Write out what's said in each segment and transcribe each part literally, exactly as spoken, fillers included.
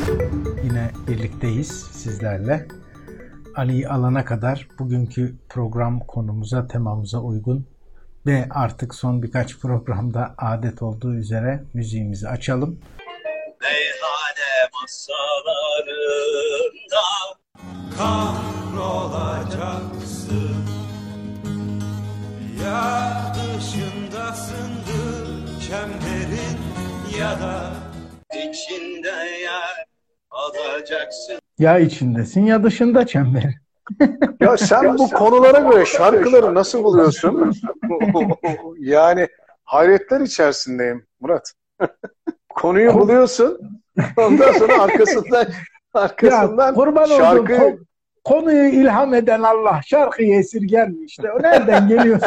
Yine birlikteyiz sizlerle. Ali'yi alana kadar bugünkü program konumuza, temamıza uygun ve artık son birkaç programda adet olduğu üzere müziğimizi açalım. Meyhane masalarında kahrolacaksın, ya dışındasındır çemberin ya da içinde yer alacaksın. Ya içindesin ya dışında çember. Ya sen bu konulara göre şarkıları nasıl buluyorsun? Yani hayretler içerisindeyim Murat. Konuyu buluyorsun, ondan sonra arkasından arkasından ya, kurban şarkı... Oldum. Konuyu ilham eden Allah, şarkıyı esirger mi işte? O nereden geliyor?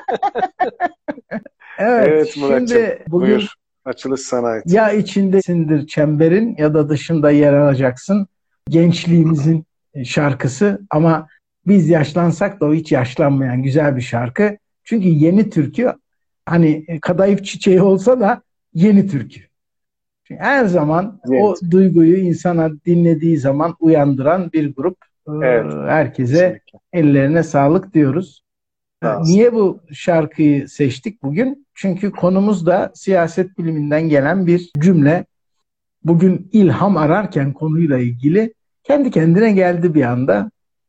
Evet, evet Murat'cığım, şimdi bugün buyur. Açılış sana ait. Ya içindesindir çemberin ya da dışında yer alacaksın. Gençliğimizin şarkısı ama biz yaşlansak da o hiç yaşlanmayan güzel bir şarkı. Çünkü yeni türkü, hani kadayıf çiçeği olsa da yeni türkü. Çünkü her zaman evet, o duyguyu insana dinlediği zaman uyandıran bir grup. Evet, herkese kesinlikle ellerine sağlık diyoruz. Lazım. Niye bu şarkıyı seçtik bugün? Çünkü konumuz da siyaset biliminden gelen bir cümle. Bugün ilham ararken konuyla ilgili kendi kendine geldi bir anda.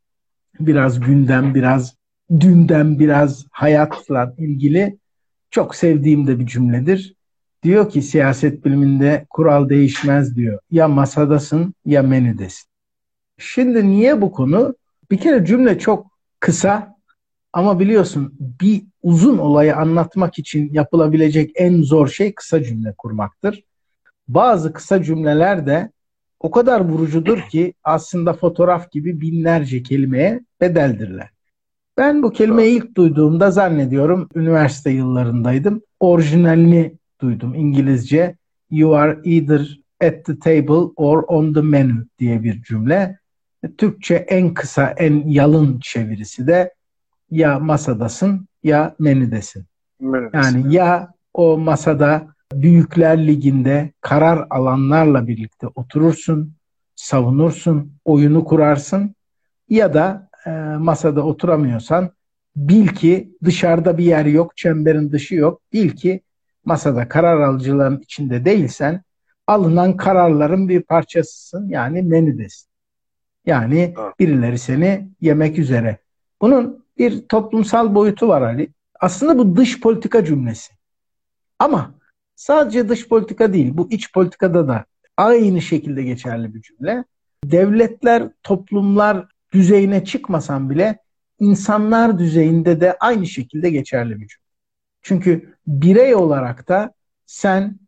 Biraz gündem, biraz dünden, biraz hayatla ilgili çok sevdiğim de bir cümledir. Diyor ki siyaset biliminde kural değişmez diyor. Ya masadasın ya menüdesin. Şimdi niye bu konu? Bir kere cümle çok kısa. Ama biliyorsun bir uzun olayı anlatmak için yapılabilecek en zor şey kısa cümle kurmaktır. Bazı kısa cümleler de o kadar vurucudur ki aslında fotoğraf gibi binlerce kelimeye bedeldirler. Ben bu kelimeyi ilk duyduğumda zannediyorum üniversite yıllarındaydım. Orijinalini duydum İngilizce. You are either at the table or on the menu diye bir cümle. Türkçe en kısa, en yalın çevirisi de ya masadasın ya menüdesin. menüdesin. Yani ya o masada Büyükler Ligi'nde karar alanlarla birlikte oturursun, savunursun, oyunu kurarsın ya da e, masada oturamıyorsan bil ki dışarıda bir yer yok, çemberin dışı yok. Bil ki masada karar alıcıların içinde değilsen alınan kararların bir parçasısın, yani menüdesin. Yani birileri seni yemek üzere. Bunun bir toplumsal boyutu var Ali. Aslında bu dış politika cümlesi. Ama sadece dış politika değil, bu iç politikada da aynı şekilde geçerli bir cümle. Devletler, toplumlar düzeyine çıkmasan bile insanlar düzeyinde de aynı şekilde geçerli bir cümle. Çünkü birey olarak da sen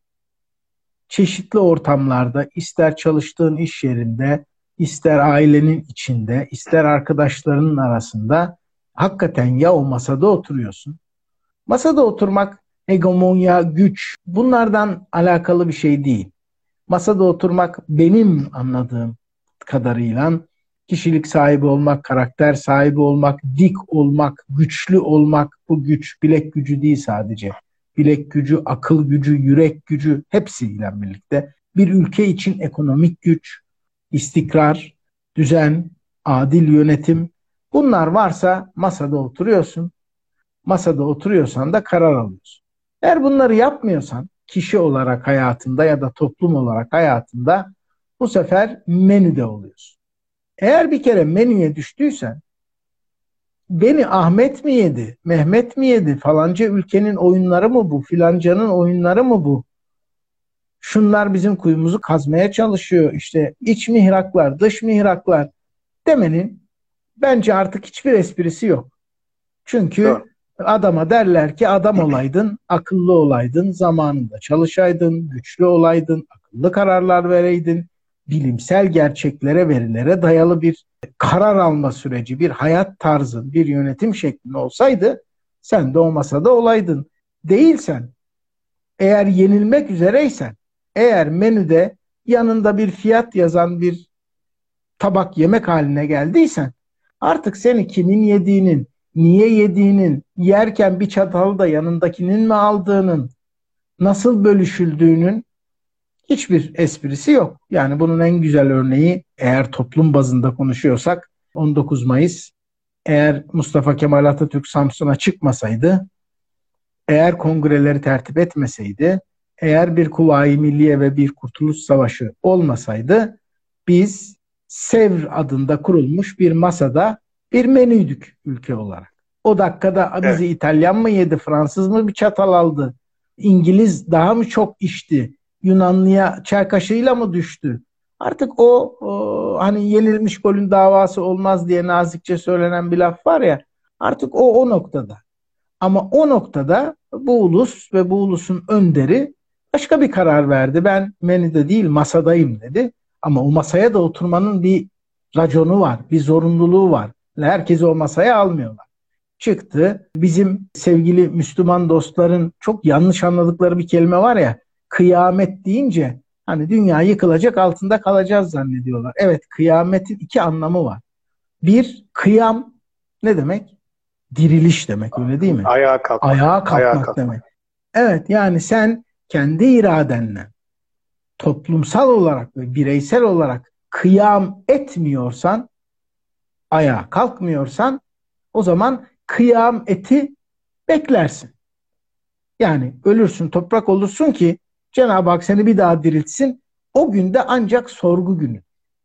çeşitli ortamlarda, ister çalıştığın iş yerinde, ister ailenin içinde, ister arkadaşlarının arasında hakikaten ya o masada oturuyorsun. Masada oturmak hegemonya, güç, bunlardan alakalı bir şey değil. Masada oturmak benim anladığım kadarıyla kişilik sahibi olmak, karakter sahibi olmak, dik olmak, güçlü olmak. Bu güç bilek gücü değil sadece. Bilek gücü, akıl gücü, yürek gücü hepsiyle birlikte. Bir ülke için ekonomik güç, istikrar, düzen, adil yönetim, bunlar varsa masada oturuyorsun. Masada oturuyorsan da karar alıyorsun. Eğer bunları yapmıyorsan kişi olarak hayatında ya da toplum olarak hayatında bu sefer menüde oluyorsun. Eğer bir kere menüye düştüysen beni Ahmet mi yedi, Mehmet mi yedi, falanca ülkenin oyunları mı bu, filancanın oyunları mı bu? Şunlar bizim kuyumuzu kazmaya çalışıyor. İşte iç mihraklar, dış mihraklar demenin bence artık hiçbir esprisi yok. Çünkü evet, adama derler ki adam olaydın, akıllı olaydın, zamanında çalışaydın, güçlü olaydın, akıllı kararlar vereydin, bilimsel gerçeklere, verilere dayalı bir karar alma süreci, bir hayat tarzı, bir yönetim şeklin olsaydı sen de o masada olaydın. Değilsen, eğer yenilmek üzereysen, eğer menüde yanında bir fiyat yazan bir tabak yemek haline geldiysen artık seni kimin yediğinin, niye yediğinin, yerken bir çatalı da yanındakinin mi aldığının, nasıl bölüşüldüğünün hiçbir esprisi yok. Yani bunun en güzel örneği, eğer toplum bazında konuşuyorsak, on dokuz Mayıs. Eğer Mustafa Kemal Atatürk Samsun'a çıkmasaydı, eğer kongreleri tertip etmeseydi, eğer bir Kuvayi Milliye ve bir Kurtuluş Savaşı olmasaydı, biz Sevr adında kurulmuş bir masada bir menüydük ülke olarak. O dakikada bizi Evet. İtalyan mı yedi, Fransız mı bir çatal aldı, İngiliz daha mı çok içti, Yunanlıya çay kaşığıyla mı düştü? Artık o, o hani yenilmiş golün davası olmaz diye nazikçe söylenen bir laf var ya, artık o o noktada. Ama o noktada bu ulus ve bu ulusun önderi başka bir karar verdi. Ben menüde değil masadayım dedi. Ama o masaya da oturmanın bir raconu var, bir zorunluluğu var. Herkesi o masaya almıyorlar. Çıktı. Bizim sevgili Müslüman dostların çok yanlış anladıkları bir kelime var ya, kıyamet deyince hani dünya yıkılacak, altında kalacağız zannediyorlar. Evet, kıyametin iki anlamı var. Bir, kıyam ne demek? Diriliş demek, öyle değil mi? Ayağa kalkmak. Ayağa Ayağa kalkmak kalkmak. demek. Evet, yani sen kendi iradenle toplumsal olarak ve bireysel olarak kıyam etmiyorsan, ayağa kalkmıyorsan, o zaman kıyameti beklersin. Yani ölürsün, toprak olursun ki Cenab-ı Hak seni bir daha diriltsin. O günde ancak sorgu günü.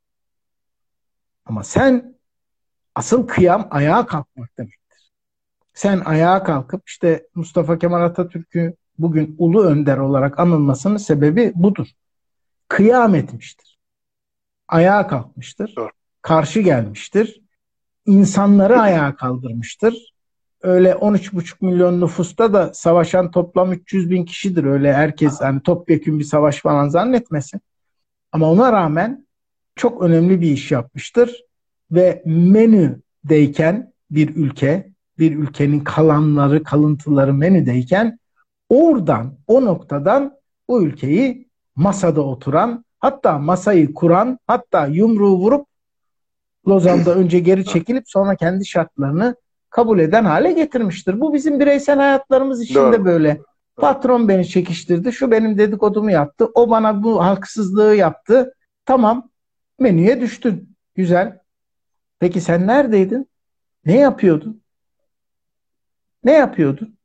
Ama sen, asıl kıyam ayağa kalkmak demek. Sen ayağa kalkıp, işte Mustafa Kemal Atatürk'ü bugün ulu önder olarak anılmasının sebebi budur. Kıyam etmiştir. Ayağa kalkmıştır. Doğru. Karşı gelmiştir. İnsanları ayağa kaldırmıştır. Öyle on üç buçuk milyon nüfusta da savaşan toplam üç yüz bin kişidir. Öyle herkes hani topyekün bir savaş falan zannetmesin. Ama ona rağmen çok önemli bir iş yapmıştır. Ve menüdeyken bir ülke, bir ülkenin kalanları, kalıntıları menüdeyken, oradan, o noktadan bu ülkeyi masada oturan, hatta masayı kuran, hatta yumruğu vurup Lozan'da önce geri çekilip sonra kendi şartlarını kabul eden hale getirmiştir. Bu bizim bireysel hayatlarımız için Doğru. de böyle. Patron beni çekiştirdi, şu benim dedikodumu yaptı, o bana bu haksızlığı yaptı. Tamam, menüye düştün. Güzel. Peki sen neredeydin? Ne yapıyordun? Ne yapıyordun?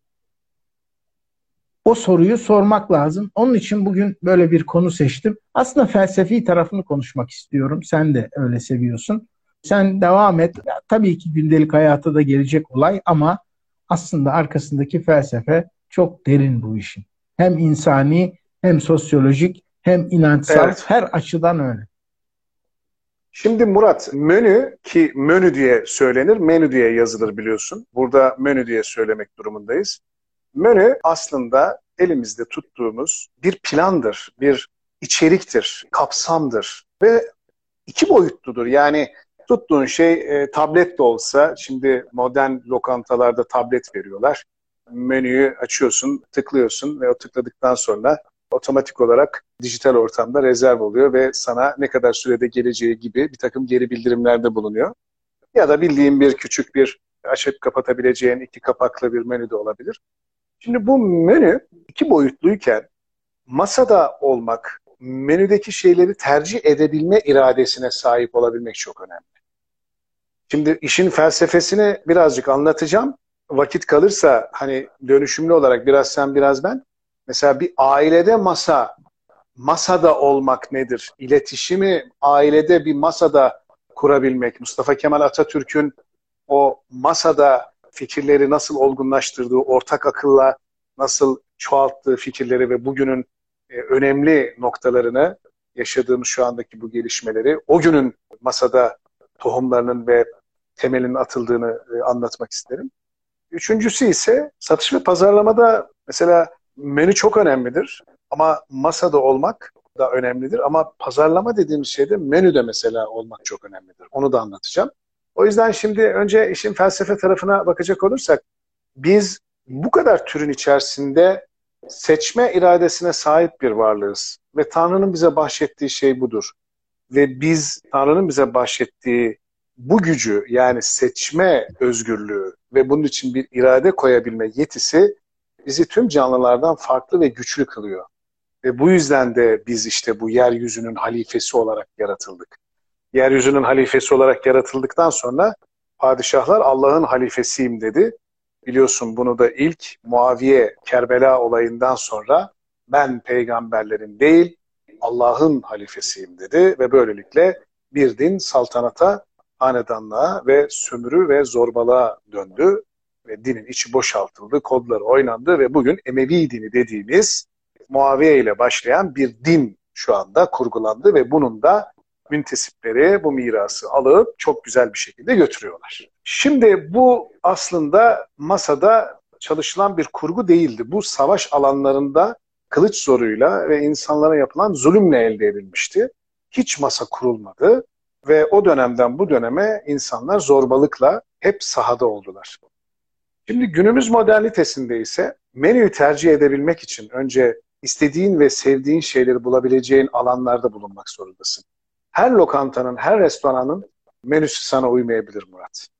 O soruyu sormak lazım. Onun için bugün böyle bir konu seçtim. Aslında felsefi tarafını konuşmak istiyorum. Sen de öyle seviyorsun. Sen devam et. Ya, tabii ki gündelik hayata da gelecek olay ama aslında arkasındaki felsefe çok derin bu işin. Hem insani, hem sosyolojik, hem inançsal, Evet. her açıdan öyle. Şimdi Murat, menü, ki menü diye söylenir, menü diye yazılır biliyorsun. Burada menü diye söylemek durumundayız. Menü aslında elimizde tuttuğumuz bir plandır, bir içeriktir, kapsamdır ve iki boyutludur. Yani tuttuğun şey e, tablet de olsa, şimdi modern lokantalarda tablet veriyorlar. Menüyü açıyorsun, tıklıyorsun ve o tıkladıktan sonra otomatik olarak dijital ortamda rezerv oluyor ve sana ne kadar sürede geleceği gibi bir takım geri bildirimlerde bulunuyor. Ya da bildiğin bir küçük bir açıp kapatabileceğin iki kapaklı bir menü de olabilir. Şimdi bu menü iki boyutluyken masada olmak, menüdeki şeyleri tercih edebilme iradesine sahip olabilmek çok önemli. Şimdi işin felsefesini birazcık anlatacağım. Vakit kalırsa hani dönüşümlü olarak biraz sen biraz ben. Mesela bir ailede masa, masada olmak nedir? İletişimi ailede bir masada kurabilmek. Mustafa Kemal Atatürk'ün o masada fikirleri nasıl olgunlaştırdığı, ortak akılla nasıl çoğalttığı fikirleri ve bugünün e, önemli noktalarını, yaşadığımız şu andaki bu gelişmeleri, o günün masada tohumlarının ve temelinin atıldığını e, anlatmak isterim. Üçüncüsü ise satış ve pazarlamada mesela menü çok önemlidir ama masada olmak da önemlidir. Ama pazarlama dediğimiz şeyde menüde mesela olmak çok önemlidir. Onu da anlatacağım. O yüzden şimdi önce işin felsefe tarafına bakacak olursak, biz bu kadar türün içerisinde seçme iradesine sahip bir varlığız. Ve Tanrı'nın bize bahşettiği şey budur. Ve biz Tanrı'nın bize bahşettiği bu gücü, yani seçme özgürlüğü ve bunun için bir irade koyabilme yetisi bizi tüm canlılardan farklı ve güçlü kılıyor. Ve bu yüzden de biz işte bu yeryüzünün halifesi olarak yaratıldık. Yeryüzünün halifesi olarak yaratıldıktan sonra padişahlar Allah'ın halifesiyim dedi. Biliyorsun bunu da ilk Muaviye Kerbela olayından sonra ben peygamberlerin değil Allah'ın halifesiyim dedi ve böylelikle bir din saltanata, hanedanlığa ve sömürü ve zorbalığa döndü ve dinin içi boşaltıldı, kodları oynandı ve bugün Emevi dini dediğimiz Muaviye ile başlayan bir din şu anda kurgulandı ve bunun da müntesipleri bu mirası alıp çok güzel bir şekilde götürüyorlar. Şimdi bu aslında masada çalışılan bir kurgu değildi. Bu savaş alanlarında kılıç zoruyla ve insanlara yapılan zulümle elde edilmişti. Hiç masa kurulmadı ve o dönemden bu döneme insanlar zorbalıkla hep sahada oldular. Şimdi günümüz modernitesinde ise menüyü tercih edebilmek için önce istediğin ve sevdiğin şeyleri bulabileceğin alanlarda bulunmak zorundasın. Her lokantanın, her restoranın menüsü sana uymayabilir Murat.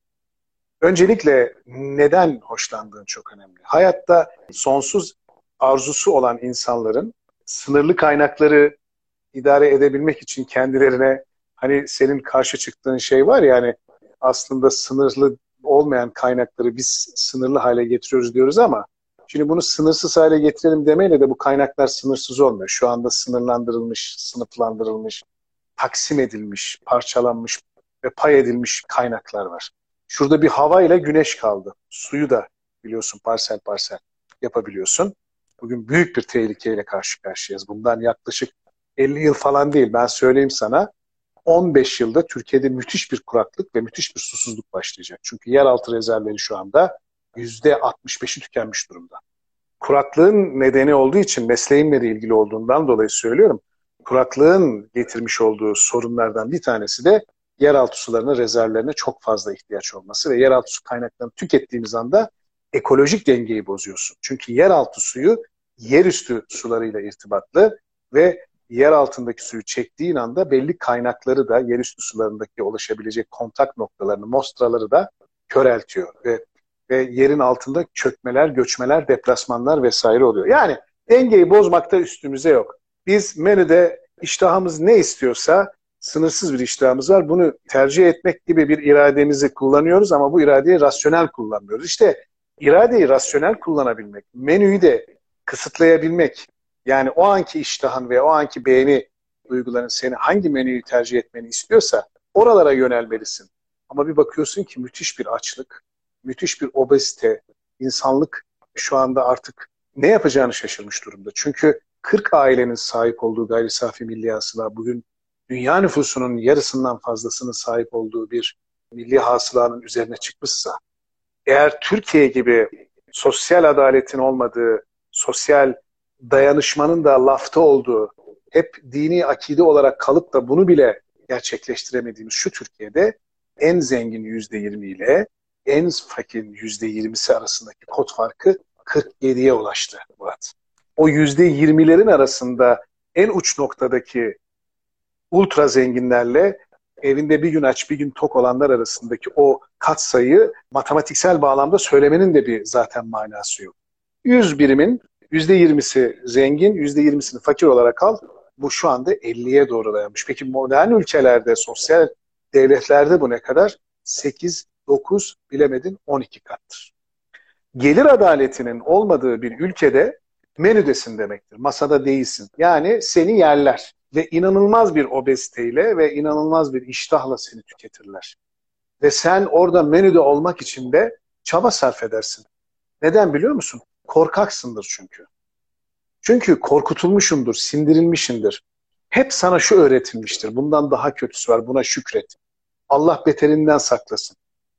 Öncelikle neden hoşlandığın çok önemli. Hayatta sonsuz arzusu olan insanların sınırlı kaynakları idare edebilmek için kendilerine, hani senin karşı çıktığın şey var ya, hani aslında sınırlı olmayan kaynakları biz sınırlı hale getiriyoruz diyoruz ama şimdi bunu sınırsız hale getirelim demeyle de bu kaynaklar sınırsız olmuyor. Şu anda sınırlandırılmış, sınıflandırılmış, taksim edilmiş, parçalanmış ve pay edilmiş kaynaklar var. Şurada bir hava ile güneş kaldı. Suyu da biliyorsun parsel parsel yapabiliyorsun. Bugün büyük bir tehlikeyle karşı karşıyayız. Bundan yaklaşık elli yıl falan değil, ben söyleyeyim sana, on beş yılda Türkiye'de müthiş bir kuraklık ve müthiş bir susuzluk başlayacak. Çünkü yeraltı rezervleri şu anda yüzde altmış beşi tükenmiş durumda. Kuraklığın nedeni olduğu için, mesleğimle de ilgili olduğundan dolayı söylüyorum. Kuraklığın getirmiş olduğu sorunlardan bir tanesi de yeraltı sularına, rezervlerine çok fazla ihtiyaç olması ve yeraltı su kaynaklarını tükettiğimiz anda ekolojik dengeyi bozuyorsun. Çünkü yeraltı suyu yerüstü sularıyla irtibatlı ve yer altındaki suyu çektiğin anda belli kaynakları da, yerüstü sularındaki ulaşabilecek kontak noktalarını, mostraları da köreltiyor ve ve yerin altında çökmeler, göçmeler, deplasmanlar vesaire oluyor. Yani dengeyi bozmakta üstümüze yok. Biz menüde iştahımız ne istiyorsa, sınırsız bir iştahımız var. Bunu tercih etmek gibi bir irademizi kullanıyoruz ama bu iradeyi rasyonel kullanmıyoruz. İşte iradeyi rasyonel kullanabilmek, menüyü de kısıtlayabilmek, yani o anki iştahın ve o anki beğeni duyguların seni hangi menüyü tercih etmeni istiyorsa oralara yönelmelisin. Ama bir bakıyorsun ki müthiş bir açlık, müthiş bir obezite, insanlık şu anda artık ne yapacağını şaşırmış durumda. Çünkü kırk ailenin sahip olduğu gayri safi milli hasıla, bugün dünya nüfusunun yarısından fazlasının sahip olduğu bir milli hasılanın üzerine çıkmışsa, eğer Türkiye gibi sosyal adaletin olmadığı, sosyal dayanışmanın da lafta olduğu, hep dini akide olarak kalıp da bunu bile gerçekleştiremediğimiz şu Türkiye'de en zengin yüzde yirmi ile en fakirin yüzde yirmisi arasındaki kod farkı kırk yediye ulaştı Murat. O yüzde yirmilerin arasında en uç noktadaki ultra zenginlerle evinde bir gün aç bir gün tok olanlar arasındaki o katsayıyı matematiksel bağlamda söylemenin de bir zaten manası yok. yüz birimin yüzde yirmisi zengin, yüzde yirmisini fakir olarak al. Bu şu anda elliye doğru dayanmış. Peki modern ülkelerde, sosyal devletlerde bu ne kadar? sekiz, dokuz, bilemedin on iki kattır. Gelir adaletinin olmadığı bir ülkede menüdesin demektir. Masada değilsin. Yani seni yerler ve inanılmaz bir obeziteyle ve inanılmaz bir iştahla seni tüketirler. Ve sen orada menüde olmak için de çaba sarf edersin. Neden biliyor musun? Korkaksındır çünkü. Çünkü korkutulmuşundur, sindirilmişindir. Hep sana şu öğretilmiştir. Bundan daha kötüsü var, buna şükret. Allah beterinden saklasın.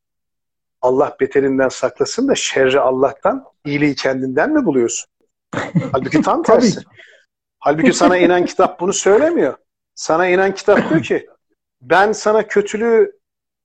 Allah beterinden saklasın da şerri Allah'tan, iyiliği kendinden mi buluyorsun? Halbuki tam tersi. Halbuki sana inen kitap bunu söylemiyor. Sana inen kitap diyor ki ben sana kötülüğü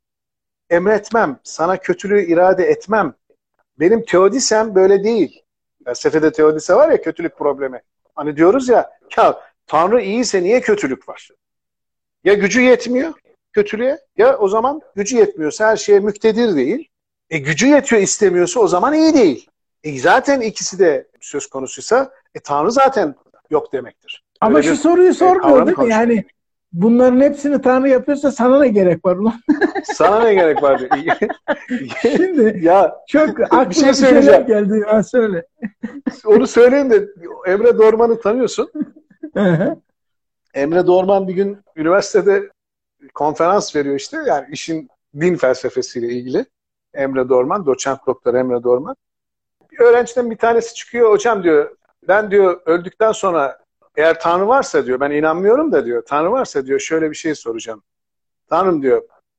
emretmem, sana kötülüğü irade etmem. Benim teodisem böyle değil. Felsefede teodise var ya, kötülük problemi. Hani diyoruz ya, ya Tanrı iyiyse niye kötülük var? Ya gücü yetmiyor kötülüğe, ya o zaman gücü yetmiyorsa her şeye müktedir değil. E gücü yetiyor istemiyorsa o zaman iyi değil. E zaten ikisi de söz konusuysa e Tanrı zaten yok demektir. Ama Öyle şu bir soruyu e, sormuyor kavram değil mi? konuşuyor. Yani bunların hepsini Tanrı yapıyorsa sana ne gerek var ulan? Sana ne gerek var diyor. Şimdi Ya çok bir aklıma şey bir şeyler söyleyeceğim. geldi. Ha, söyle. Onu söyleyeyim de Emre Dorman'ı tanıyorsun. Hı hı. Emre Dorman bir gün üniversitede konferans veriyor işte. Yani işin din felsefesiyle ilgili. Emre Dorman, doçent doktor Emre Dorman. Bir öğrenciden bir tanesi çıkıyor. Hocam diyor, ben diyor öldükten sonra eğer Tanrı varsa diyor, ben inanmıyorum da diyor, Tanrı varsa diyor şöyle bir şey soracağım. Tanrım diyor,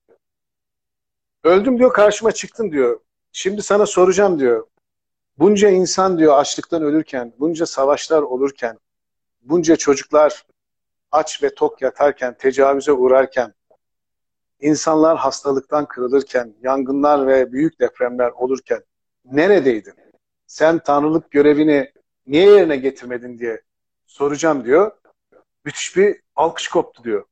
öldüm diyor, karşıma çıktın diyor. Şimdi sana soracağım diyor. Bunca insan diyor açlıktan ölürken, bunca savaşlar olurken, bunca çocuklar aç ve tok yatarken, tecavüze uğrarken, insanlar hastalıktan kırılırken, yangınlar ve büyük depremler olurken neredeydin? Sen tanrılık görevini niye yerine getirmedin diye soracağım diyor. Müthiş bir alkış koptu diyor.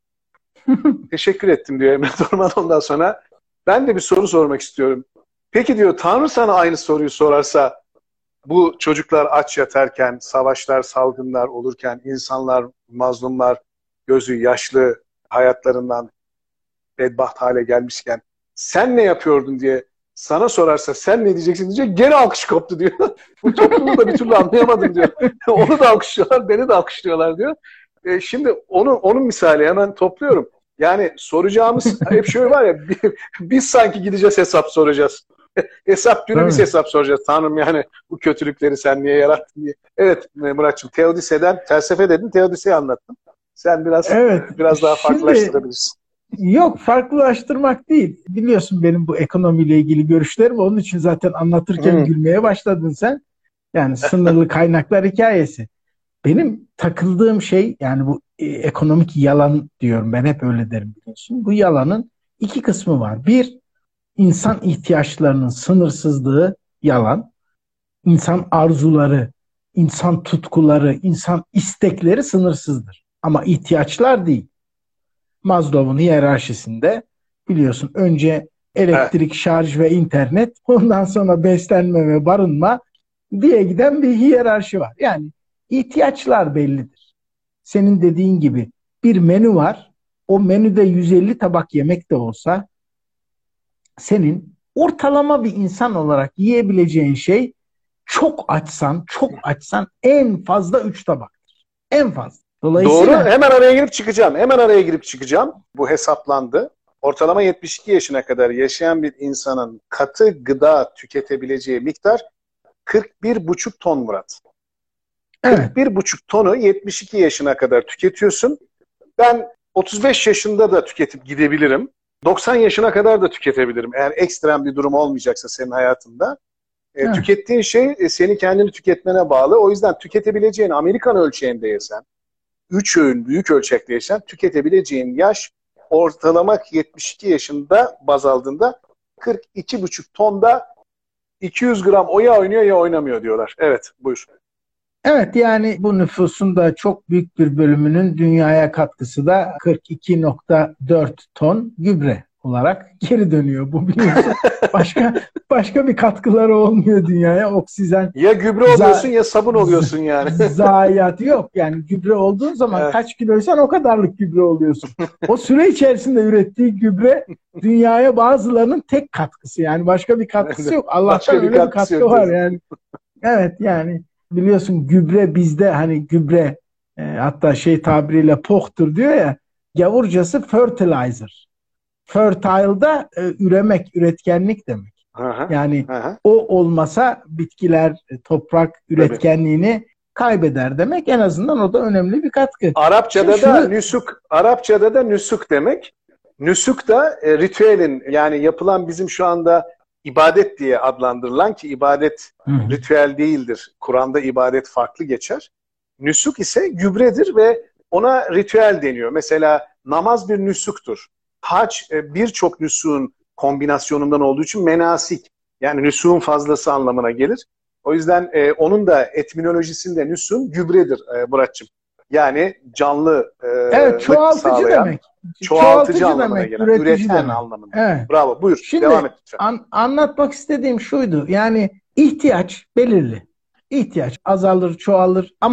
Teşekkür ettim diyor Emre Dorman ondan sonra. Ben de bir soru sormak istiyorum. Peki diyor, Tanrı sana aynı soruyu sorarsa, bu çocuklar aç yatarken, savaşlar, salgınlar olurken, insanlar, mazlumlar gözü yaşlı, hayatlarından bedbaht hale gelmişken sen ne yapıyordun diye sana sorarsa sen ne diyeceksin diyecek, gene alkış koptu diyor. Bu toplumu da bir türlü anlayamadım diyor. Onu da alkışlıyorlar, beni de alkışlıyorlar diyor. E, şimdi onu, onun misali hemen topluyorum. Yani soracağımız hep şöyle var ya, biz sanki gideceğiz hesap soracağız. Hesap günü biz Evet. hesap soracağız. Tanrım yani bu kötülükleri sen niye yarattın diye. Evet Muratçım, Teodise'den felsefe dedin, Teodise'yi anlattın. Sen biraz Evet. biraz daha Şimdi farklılaştırabilirsin. yok, farklılaştırmak değil. Biliyorsun benim bu ekonomiyle ilgili görüşlerim. Onun için zaten anlatırken Hmm. gülmeye başladın sen. Yani sınırlı kaynaklar hikayesi. Benim takıldığım şey, yani bu e, ekonomik yalan diyorum, ben hep öyle derim biliyorsun. Bu yalanın iki kısmı var. Bir, insan ihtiyaçlarının sınırsızlığı yalan. İnsan arzuları, insan tutkuları, insan istekleri sınırsızdır. Ama ihtiyaçlar değil. Maslow'un hiyerarşisinde biliyorsun, önce Evet. elektrik, şarj ve internet, ondan sonra beslenme ve barınma diye giden bir hiyerarşi var. Yani ihtiyaçlar bellidir. Senin dediğin gibi bir menü var. O menüde yüz elli tabak yemek de olsa senin ortalama bir insan olarak yiyebileceğin şey, çok açsan, çok açsan en fazla üç tabaktır. En fazla. Doğru. Dolayısıyla Hemen araya girip çıkacağım. Hemen araya girip çıkacağım. Bu hesaplandı. Ortalama yetmiş iki yaşına kadar yaşayan bir insanın katı gıda tüketebileceği miktar kırk bir buçuk ton Murat. evet, kırk bir buçuk tonu yetmiş iki yaşına kadar tüketiyorsun. Ben otuz beş yaşında da tüketip gidebilirim. doksan yaşına kadar da tüketebilirim. Eğer ekstrem bir durum olmayacaksa senin hayatında. E, evet. tükettiğin şey e, senin kendini tüketmene bağlı. O yüzden tüketebileceğin, Amerikan ölçeğinde yesen, üç öğün büyük ölçekte yesen, tüketebileceğin yaş ortalama yetmiş iki yaşında baz aldığında kırk iki buçuk tonda iki yüz gram o ya oynuyor ya oynamıyor diyorlar. Evet, buyur. Evet, yani bu nüfusun da çok büyük bir bölümünün dünyaya katkısı da kırk iki nokta dört ton gübre olarak geri dönüyor, bu biliyorsun. Başka başka bir katkıları olmuyor dünyaya. Oksijen, Ya gübre za- oluyorsun ya sabun oluyorsun yani. zayiatı yok. Yani gübre olduğun zaman Evet. kaç kiloysan o kadarlık gübre oluyorsun. O süre içerisinde ürettiği gübre dünyaya bazılarının tek katkısı. Yani başka bir katkısı yok. Allah'tan Başka bir öyle bir katkısı katkı yok var diyorsun. yani. Evet, yani biliyorsun gübre bizde, hani gübre e, hatta şey tabiriyle pohtur diyor ya, gavurcası fertilizer. Fertile'da e, üremek, üretkenlik demek. Hı hı, Yani hı hı. o olmasa bitkiler, e, toprak üretkenliğini kaybeder demek. En azından o da önemli bir katkı. Arapçada Şimdi da şunu, nüsuk, Arapçada da nüsuk demek. Nüsuk da e, ritüelin, yani yapılan bizim şu anda ibadet diye adlandırılan, ki ibadet Hı hı. ritüel değildir. Kur'an'da ibadet farklı geçer. Nüsuk ise gübredir ve ona ritüel deniyor. Mesela namaz bir nüsuktur. Hac e, birçok nüsuğun kombinasyonundan olduğu için menasik, yani nüsuğun fazlası anlamına gelir. O yüzden e, onun da etimolojisinde nüsun gübredir e, Muratçım. Yani canlı e, evet, çoğaltıcı sağlayan, demek. çoğaltıcı anlamına demek, gelen, üretici üreten demek. anlamında. Evet. Bravo, buyur. Şimdi Devam et lütfen. an- anlatmak istediğim şuydu. Yani ihtiyaç belirli. İhtiyaç azalır, çoğalır ama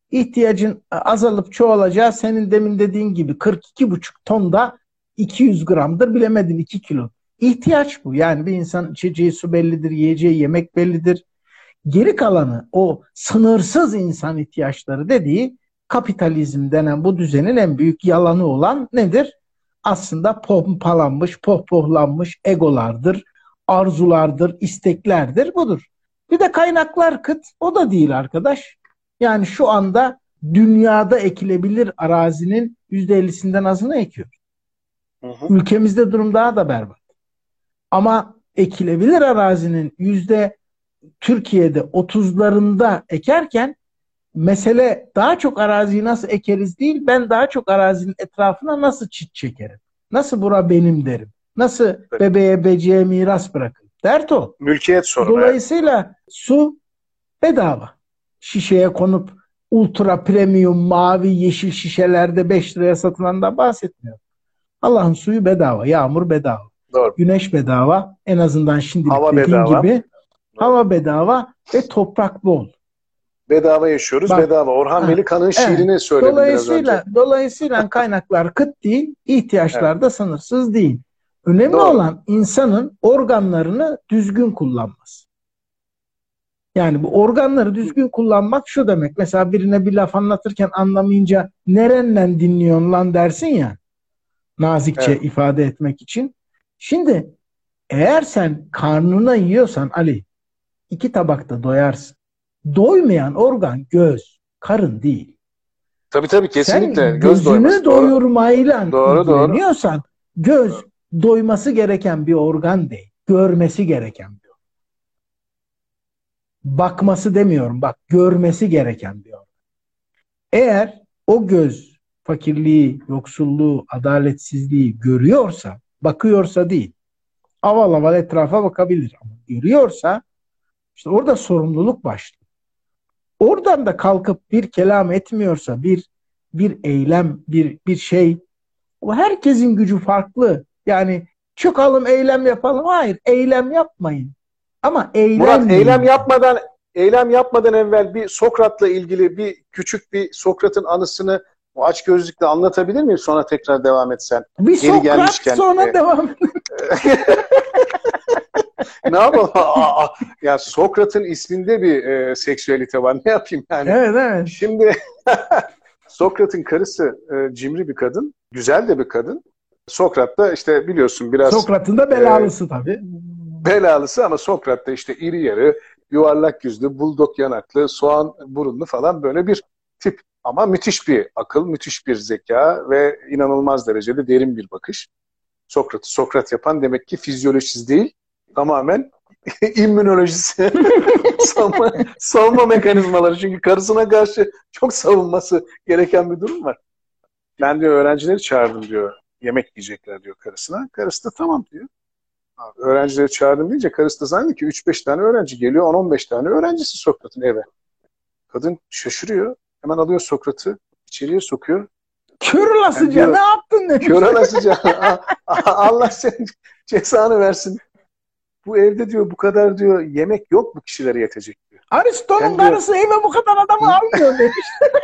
ihtiyacın azalıp çoğalacağı senin demin dediğin gibi kırk iki buçuk tonda iki yüz gramdır, bilemedin iki kilo. İhtiyaç bu. Yani bir insan içeceği su bellidir, yiyeceği yemek bellidir. Geri kalanı o sınırsız insan ihtiyaçları dediği kapitalizm denen bu düzenin en büyük yalanı olan nedir? Aslında pompalanmış, pohpohlanmış egolardır, arzulardır, isteklerdir, budur. Bir de kaynaklar kıt, o da değil arkadaş. Yani şu anda dünyada ekilebilir arazinin yüzde ellisinden azını ekiyor. Hı hı. Ülkemizde durum daha da berbat. Ama ekilebilir arazinin yüzde Türkiye'de otuzlarında ekerken mesele daha çok araziyi nasıl ekeriz değil, ben daha çok arazinin etrafına nasıl çit çekerim? Nasıl bura benim derim? Nasıl bebeğe beceğe miras bırakırım? Dert o. Mülkiyet sorunu. Dolayısıyla evet. Su bedava. Şişeye konup ultra premium mavi yeşil şişelerde beş liraya satılandan bahsetmiyorum. Allah'ın suyu bedava, yağmur bedava. Doğru. Güneş bedava, en azından şimdilik hava dediğin bedava. gibi. Hava bedava ve toprak bol. Bedava yaşıyoruz, Bak, bedava. Orhan Veli-Kanık'ın şiirini evet. söyledim dolayısıyla, biraz önce. Dolayısıyla kaynaklar kıt değil, ihtiyaçlar evet. da sınırsız değil. Önemli Doğru. olan insanın organlarını düzgün kullanması. Yani bu organları düzgün kullanmak şu demek. Mesela birine bir laf anlatırken anlamayınca nerenden dinliyorsun lan dersin ya. Nazikçe evet. ifade etmek için. Şimdi eğer sen karnına yiyorsan Ali, iki tabakta doyarsın. Doymayan organ göz, karın değil. Tabii tabii kesinlikle. Sen göz gözünü doyurmayla doğru, ilgileniyorsan doğru. göz doğru. doyması gereken bir organ değil. Görmesi gereken bir organ. Bakması demiyorum, bak görmesi gereken bir organ. Eğer o göz fakirliği, yoksulluğu, adaletsizliği görüyorsa, bakıyorsa değil, aval aval etrafa bakabilir ama görüyorsa işte orada sorumluluk başlıyor. Oradan da kalkıp bir kelam etmiyorsa, bir bir eylem, bir bir şey, o herkesin gücü farklı. Yani çıkalım eylem yapalım. Hayır, eylem yapmayın. Ama eylem Murat eylem yapmadan eylem yapmadan evvel bir Sokrat'la ilgili bir küçük bir Sokrat'ın anısını o açgözlükle anlatabilir miyim? Sonra tekrar devam etsen. Bir Geri Sokrat gelmişken, sonra e, devam Ne yapalım? Aa, ya Sokrat'ın isminde bir e, seksüelite var. Ne yapayım yani? Evet, evet. Şimdi Sokrat'ın karısı e, cimri bir kadın. Güzel de bir kadın. Sokrat da işte biliyorsun biraz... Sokrat'ın da belalısı e, tabii. Belalısı ama Sokrat da işte iri yarı, yuvarlak yüzlü, buldog yanaklı, soğan burunlu falan böyle bir tip. Ama müthiş bir akıl, müthiş bir zeka ve inanılmaz derecede derin bir bakış. Sokrat'ı Sokrat yapan demek ki fizyolojisi değil, tamamen immünolojisi, savunma, savunma mekanizmaları. Çünkü karısına karşı çok savunması gereken bir durum var. Ben diyor öğrencileri çağırdım diyor, yemek yiyecekler diyor karısına. Karısı da tamam diyor. Abi, öğrencileri çağırdım deyince karısı da zannediyor ki üç beş tane öğrenci geliyor, on on beş tane öğrencisi Sokrat'ın eve. Kadın şaşırıyor, hemen alıyor Sokrat'ı, içeriye sokuyor. Kör olasıca yani ne yaptın demiş. Kör olasıca Allah senin cezanı versin. Bu evde diyor bu kadar diyor yemek yok bu kişilere yetecek diyor. Aristo'nun karısı diyor, eve bu kadar adamı almıyor demiş.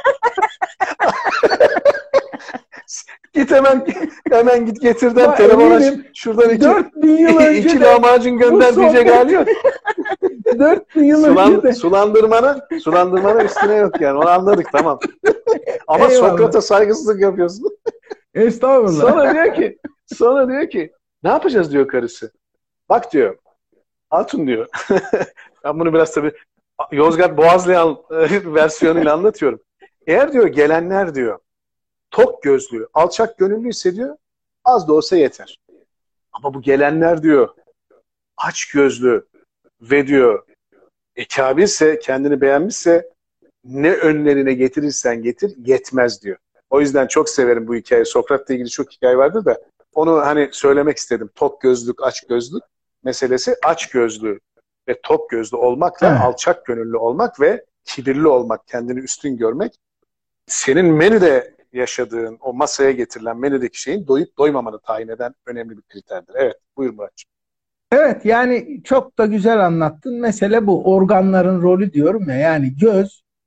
Git hemen hemen git getirden telefona şuradan iki, dört bin yıl önce iki lahmacun gönder diyecek hali yok. dört bin yıl Sulan, önce de. Sulandırmana, sulandırmana üstüne yok yani onu anladık tamam. Ama Sokrat'a saygısızlık yapıyorsun. Estağfurullah. Sonra diyor ki, sonra diyor ki ne yapacağız diyor karısı. Bak diyor, Hatun diyor. Ben bunu biraz tabii Yozgat Boğazlayan versiyonuyla anlatıyorum. Eğer diyor gelenler diyor tok gözlü, alçak gönüllüyse diyor az da olsa yeter. Ama bu gelenler diyor aç gözlü ve diyor ekabilse, kendini beğenmişse ne önlerine getirirsen getir yetmez diyor. O yüzden çok severim bu hikayeyi. Sokrat'la ilgili çok hikaye vardır da onu hani söylemek istedim. Tok gözlük, aç gözlük meselesi aç gözlü ve tok gözlü olmakla evet. alçak gönüllü olmak ve kibirli olmak, kendini üstün görmek senin menüde yaşadığın, o masaya getirilen menüdeki şeyin doyup doymamanı tayin eden önemli bir kriterdir. Evet, buyur Muratcığım. Evet, yani çok da güzel anlattın. Mesele bu. Organların rolü diyorum ya. Yani göz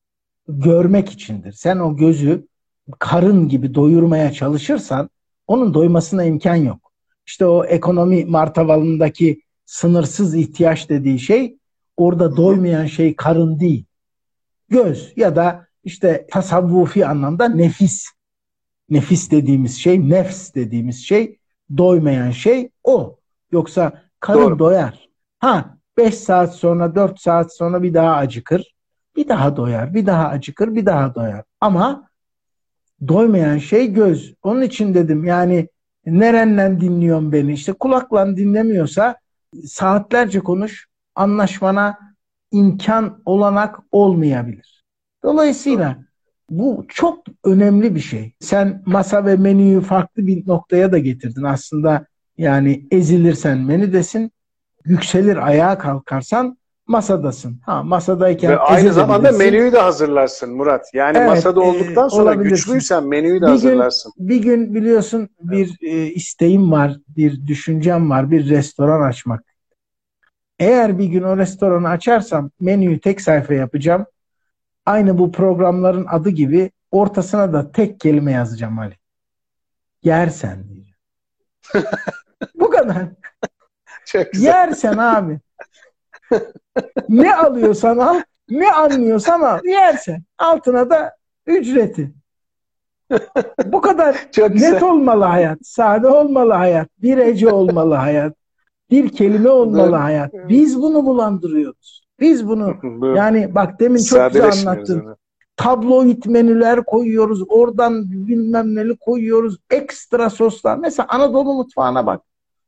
görmek içindir. Sen o gözü karın gibi doyurmaya çalışırsan onun doymasına imkan yok. İşte o ekonomi martavalındaki sınırsız ihtiyaç dediği şey, orada doymayan şey karın değil. Göz ya da işte tasavvufi anlamda nefis. Nefis dediğimiz şey, nefs dediğimiz şey, doymayan şey o. Yoksa karın Doğru. doyar. Ha, beş saat sonra, dört saat sonra bir daha acıkır. Bir daha doyar, bir daha acıkır, bir daha doyar. Ama doymayan şey göz. Onun için dedim yani, nerenle dinliyorsun beni? İşte kulakla dinlemiyorsa saatlerce konuş, anlaşmana imkan, olanak olmayabilir. Dolayısıyla bu çok önemli bir şey. Sen masa ve menüyü farklı bir noktaya da getirdin. Aslında yani ezilirsen menüdesin, yükselir ayağa kalkarsan masadasın. Ha, masadayken Ve aynı zamanda ezebilirsin. menüyü de hazırlarsın Murat. Yani Evet, masada e, olduktan sonra olabilirsin. güçlüysen menüyü de Bir gün, hazırlarsın. bir gün biliyorsun bir e, isteğim var, bir düşüncem var, bir restoran açmak. Eğer bir gün o restoranı açarsam menüyü tek sayfa yapacağım. Aynı bu programların adı gibi ortasına da tek kelime yazacağım Ali. Yersen diyeceğim. Bu kadar. Çok güzel. Yersen abi. Ne alıyorsan al, ne anlıyorsan al. Yersen. Altına da ücreti. Bu kadar Çok güzel. net olmalı hayat. Sade olmalı hayat. Bir hece olmalı hayat. Bir kelime olmalı Evet. hayat. Biz bunu bulandırıyoruz. Biz bunu, Bu yani bak demin çok güzel sadeleşmiyoruz anlattın. onu. Tabloid menüler koyuyoruz. Oradan bilmem neli koyuyoruz. Ekstra soslar. Mesela Anadolu mutfağına bak.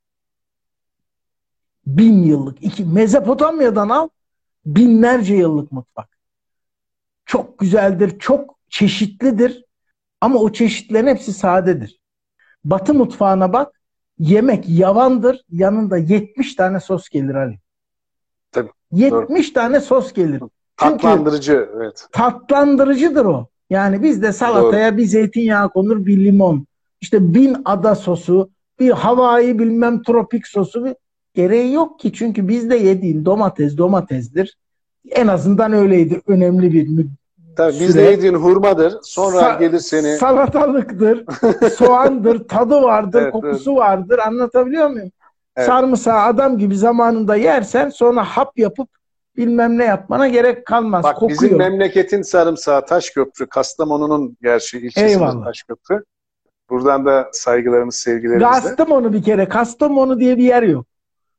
Bin yıllık. iki Mezopotamya'dan al. Binlerce yıllık mutfak. Çok güzeldir. Çok çeşitlidir. Ama o çeşitlerin hepsi sadedir. Batı mutfağına bak. Yemek yavandır. Yanında yetmiş tane sos gelir Ali. Tabii, yetmiş doğru. tane sos gelir. Çünkü Tatlandırıcı, evet. tatlandırıcıdır o. Yani bizde salataya Doğru. bir zeytinyağı konur, bir limon. İşte bin ada sosu, bir Hawaii bilmem tropik sosu. Bir gereği yok ki. Çünkü bizde yediğin domates domatesdir. En azından öyleydi. Önemli bir mü- Tabii bizde süre. yediğin hurmadır. Sonra Sa- gelir seni. salatalıktır, soğandır, tadı vardır, Evet, kokusu vardır. Anlatabiliyor muyum? Evet. Sarımsağı adam gibi zamanında yersen sonra hap yapıp bilmem ne yapmana gerek kalmaz. Bak bizim Kokuyor. memleketin sarımsağı Taşköprü, Kastamonu'nun gerçi ilçesimiz Eyvallah. Taşköprü. Buradan da saygılarımız, sevgilerimizle. Kastamonu bir kere. Kastamonu diye bir yer yok.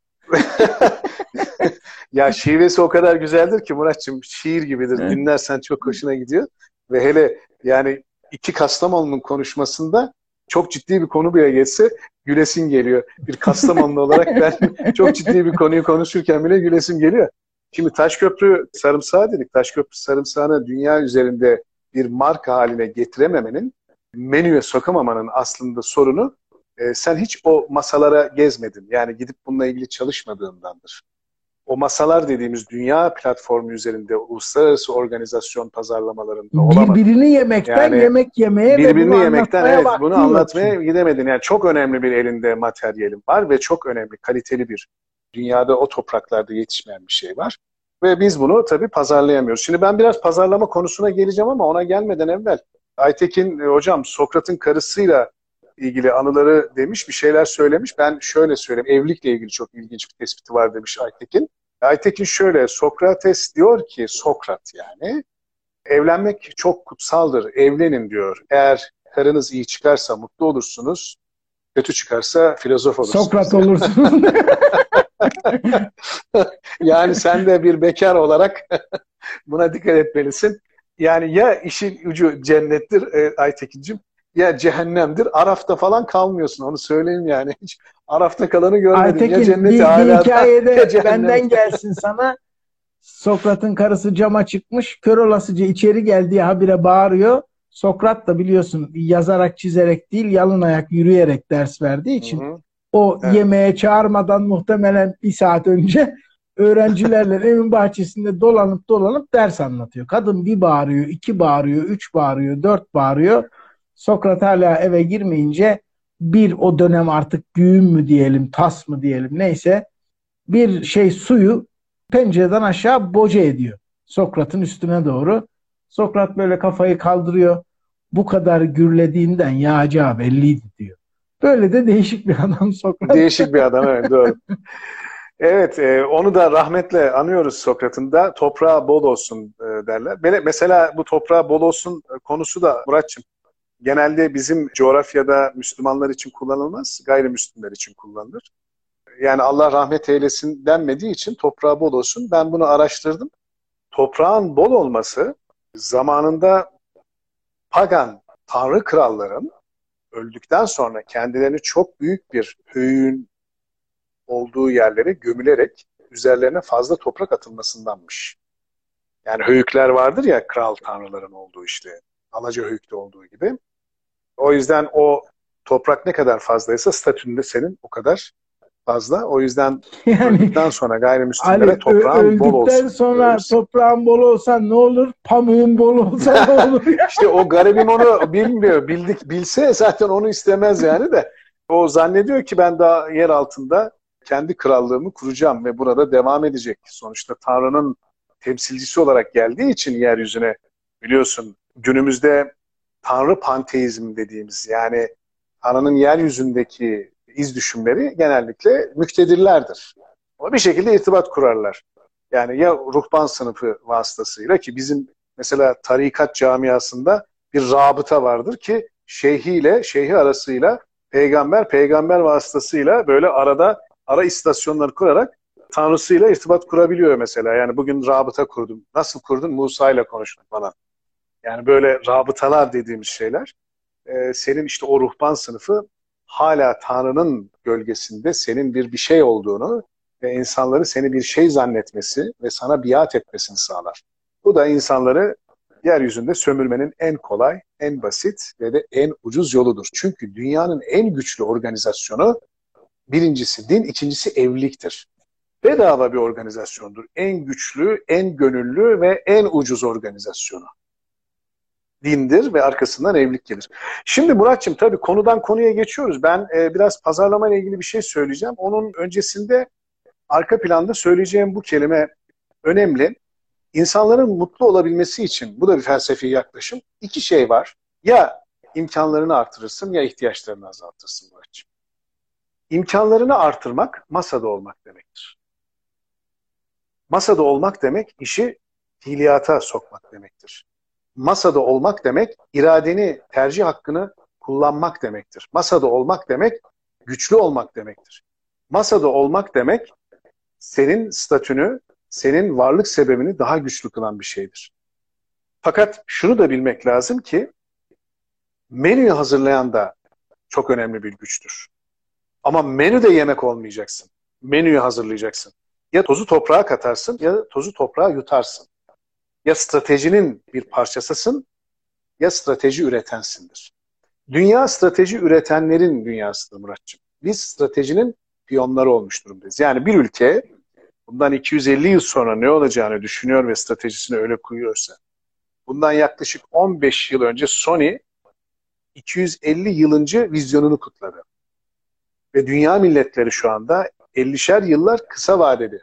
Ya şivesi o kadar güzeldir ki Muratçım, şiir gibidir. Evet. Dinlersen çok hoşuna gidiyor. Ve hele yani iki Kastamonu'nun konuşmasında çok ciddi bir konu bile geçse gülesim geliyor. Bir Kastamonlu olarak ben çok ciddi bir konuyu konuşurken bile gülesim geliyor. Şimdi Taşköprü sarımsağı dedik. Taşköprü sarımsağını dünya üzerinde bir marka haline getirememenin, menüye sokamamanın aslında sorunu e, sen hiç o masalara gezmedin. Yani gidip bununla ilgili çalışmadığındandır. O masalar dediğimiz dünya platformu üzerinde uluslararası organizasyon pazarlamalarında olamadın. Birbirini yemekten Yani yemek yemeye ve Birbirini bunu yemekten anlatmaya evet, vakti bunu yok anlatmaya çünkü. gidemedin. Yani çok önemli bir elinde materyalin var ve çok önemli, kaliteli bir, dünyada o topraklarda yetişmeyen bir şey var. Ve biz bunu tabii pazarlayamıyoruz. Şimdi ben biraz pazarlama konusuna geleceğim ama ona gelmeden evvel Aytekin e, hocam Sokrat'ın karısıyla ilgili anıları demiş, bir şeyler söylemiş. Ben şöyle söyleyeyim, evlilikle ilgili çok ilginç bir tespiti var demiş Aytekin. Aytekin şöyle, Sokrates diyor ki, Sokrat yani, evlenmek çok kutsaldır, evlenin diyor. Eğer karınız iyi çıkarsa mutlu olursunuz, kötü çıkarsa filozof olursunuz. Sokrat Yani. olursun. Yani sen de bir bekar olarak buna dikkat etmelisin. Yani ya işin ucu cennettir e, Aytekin'cim, ya cehennemdir. Arafta falan kalmıyorsun, onu söyleyeyim yani. Hiç Arafta kalanı görmedim. Aytekin, Ya cenneti bir, bir hala hikayede benden gelsin sana. Sokrat'ın karısı cama çıkmış. Kör olasıca içeri geldiği habire bağırıyor. Sokrat da biliyorsun yazarak çizerek değil, yalın ayak yürüyerek ders verdiği için Hı hı. o Evet. yemeğe çağırmadan muhtemelen bir saat önce öğrencilerle evin bahçesinde dolanıp dolanıp ders anlatıyor. Kadın bir bağırıyor, iki bağırıyor, üç bağırıyor, dört bağırıyor. Sokrat hala eve girmeyince bir, o dönem artık güğüm mü diyelim, tas mı diyelim, neyse, bir şey suyu pencereden aşağı boca ediyor Sokrat'ın üstüne doğru. Sokrat böyle kafayı kaldırıyor. Bu kadar gürlediğinden yağacağı belliydi diyor. Böyle de değişik bir adam Sokrat. Değişik bir adam, evet, doğru. Evet, e, onu da rahmetle anıyoruz Sokrat'ın da. Toprağı bol olsun e, derler. Böyle, mesela bu toprağı bol olsun e, konusu da Muratçım, genelde bizim coğrafyada Müslümanlar için kullanılmaz, gayrimüslimler için kullanılır. Yani Allah rahmet eylesin denmediği için toprağı bol olsun. Ben bunu araştırdım. Toprağın bol olması zamanında pagan tanrı kralların öldükten sonra kendilerini çok büyük bir höyüğün olduğu yerlere gömülerek üzerlerine fazla toprak atılmasındanmış. Yani höyükler vardır ya, kral tanrıların olduğu, işte Alaca höyükte olduğu gibi. O yüzden o toprak ne kadar fazlaysa statünde senin o kadar fazla. O yüzden Yani öldükten sonra gayrimüslimlere Ali, toprağın bol olsun öldükten sonra diyoruz. toprağın bol olsa ne olur? Pamuğun bol olsa ne olur? İşte o garibim onu bilmiyor. Bildik, bilse zaten onu istemez yani de. O zannediyor ki ben daha yer altında kendi krallığımı kuracağım ve burada devam edecek. Sonuçta Tanrı'nın temsilcisi olarak geldiği için yeryüzüne, biliyorsun günümüzde Tanrı panteizmi dediğimiz, yani Tanrı'nın yeryüzündeki iz düşümleri genellikle müktedirlerdir. Ama bir şekilde irtibat kurarlar. Yani ya ruhban sınıfı vasıtasıyla, ki bizim mesela tarikat camiasında bir rabıta vardır ki şeyhiyle, şeyhi arasıyla peygamber, peygamber vasıtasıyla böyle arada ara istasyonları kurarak Tanrısıyla irtibat kurabiliyor mesela. Yani bugün rabıta kurdum. Nasıl kurdun? Musa ile konuştum falan. Yani böyle rabıtalar dediğimiz şeyler. Ee, senin işte o ruhban sınıfı hala Tanrı'nın gölgesinde senin bir bir şey olduğunu ve insanları seni bir şey zannetmesi ve sana biat etmesini sağlar. Bu da insanları yeryüzünde sömürmenin en kolay, en basit ve de en ucuz yoludur. Çünkü dünyanın en güçlü organizasyonu birincisi din, ikincisi evliliktir. Bedava bir organizasyondur. En güçlü, en gönüllü ve en ucuz organizasyonu dindir ve arkasından evlilik gelir. Şimdi Muratçım, tabii konudan konuya geçiyoruz. Ben e, biraz pazarlama ile ilgili bir şey söyleyeceğim. Onun öncesinde arka planda söyleyeceğim bu kelime önemli. İnsanların mutlu olabilmesi için, bu da bir felsefi yaklaşım, iki şey var. Ya imkanlarını artırırsın ya ihtiyaçlarını azaltırsın Muratçım. İmkanlarını artırmak masada olmak demektir. Masada olmak demek işi fiiliyata sokmak demektir. Masada olmak demek iradeni, tercih hakkını kullanmak demektir. Masada olmak demek güçlü olmak demektir. Masada olmak demek senin statünü, senin varlık sebebini daha güçlü kılan bir şeydir. Fakat şunu da bilmek lazım ki menüyü hazırlayan da çok önemli bir güçtür. Ama menüde yemek olmayacaksın. Menüyü hazırlayacaksın. Ya tozu toprağa katarsın ya tozu toprağa yutarsın. Ya stratejinin bir parçasısın ya strateji üretensindir. Dünya strateji üretenlerin dünyasıdır Muratçım. Biz stratejinin piyonları olmuş durumdayız. Yani bir ülke bundan iki yüz elli yıl sonra ne olacağını düşünüyor ve stratejisini öyle kuruyorsa, bundan yaklaşık on beş yıl önce Sony iki yüz elli yılıncı vizyonunu kutladı. Ve dünya milletleri şu anda ellişer yıllar kısa vadeli,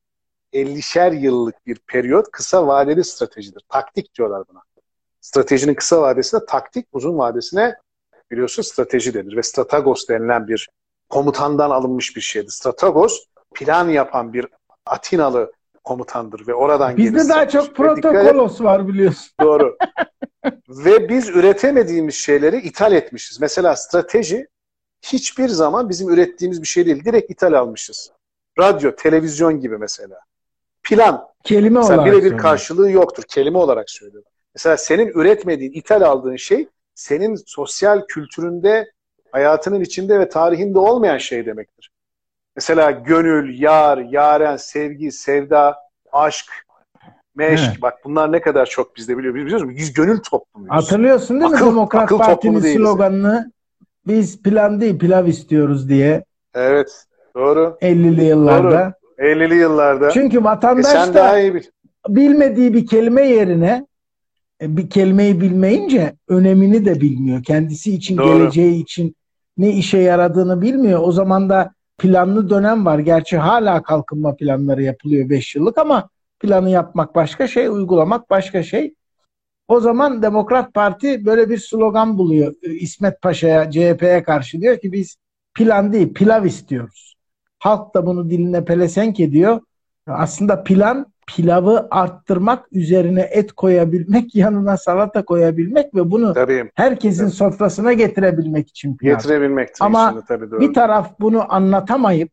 ellişer yıllık bir periyot kısa vadeli stratejidir. Taktik diyorlar buna. Stratejinin kısa vadesine taktik, uzun vadesine biliyorsun strateji denir. Ve stratagos denilen bir komutandan alınmış bir şeydir. Stratagos plan yapan bir Atinalı komutandır ve oradan gelir. Bizde daha çok protokolos var biliyorsun. Doğru. Ve biz üretemediğimiz şeyleri ithal etmişiz. Mesela strateji hiçbir zaman bizim ürettiğimiz bir şey değil. Direkt ithal almışız. Radyo, televizyon gibi mesela. Plan. Kelime mesela olarak birebir karşılığı yoktur. Kelime olarak söylüyorum. Mesela senin üretmediğin, ithal aldığın şey senin sosyal kültüründe, hayatının içinde ve tarihinde olmayan şey demektir. Mesela gönül, yar, yaren, sevgi, sevda, aşk, meşk. Evet. Bak bunlar ne kadar çok bizde biliyor. Biz biliyoruz mu? Biz gönül toplumuyuz. Hatırlıyorsun değil mi akıl, Demokrat akıl Parti'nin sloganını? Biz plan değil pilav istiyoruz diye. Evet. Doğru. ellili yıllarda. Doğru. ellili yıllarda. Çünkü vatandaş e sen da daha iyi bil. bilmediği bir kelime yerine bir kelimeyi bilmeyince önemini de bilmiyor. Kendisi için, Doğru. geleceği için ne işe yaradığını bilmiyor. O zaman da planlı dönem var. Gerçi hala kalkınma planları yapılıyor beş yıllık ama planı yapmak başka şey, uygulamak başka şey. O zaman Demokrat Parti böyle bir slogan buluyor İsmet Paşa'ya, C H P'ye karşı. Diyor ki biz plan değil, pilav istiyoruz. Halk da bunu diline pelesenk ediyor. Aslında plan, pilavı arttırmak, üzerine et koyabilmek, yanına salata koyabilmek ve bunu Tabii. herkesin Tabii. sofrasına getirebilmek için plan. Getirebilmek için. Ama tabii doğru. bir taraf bunu anlatamayıp,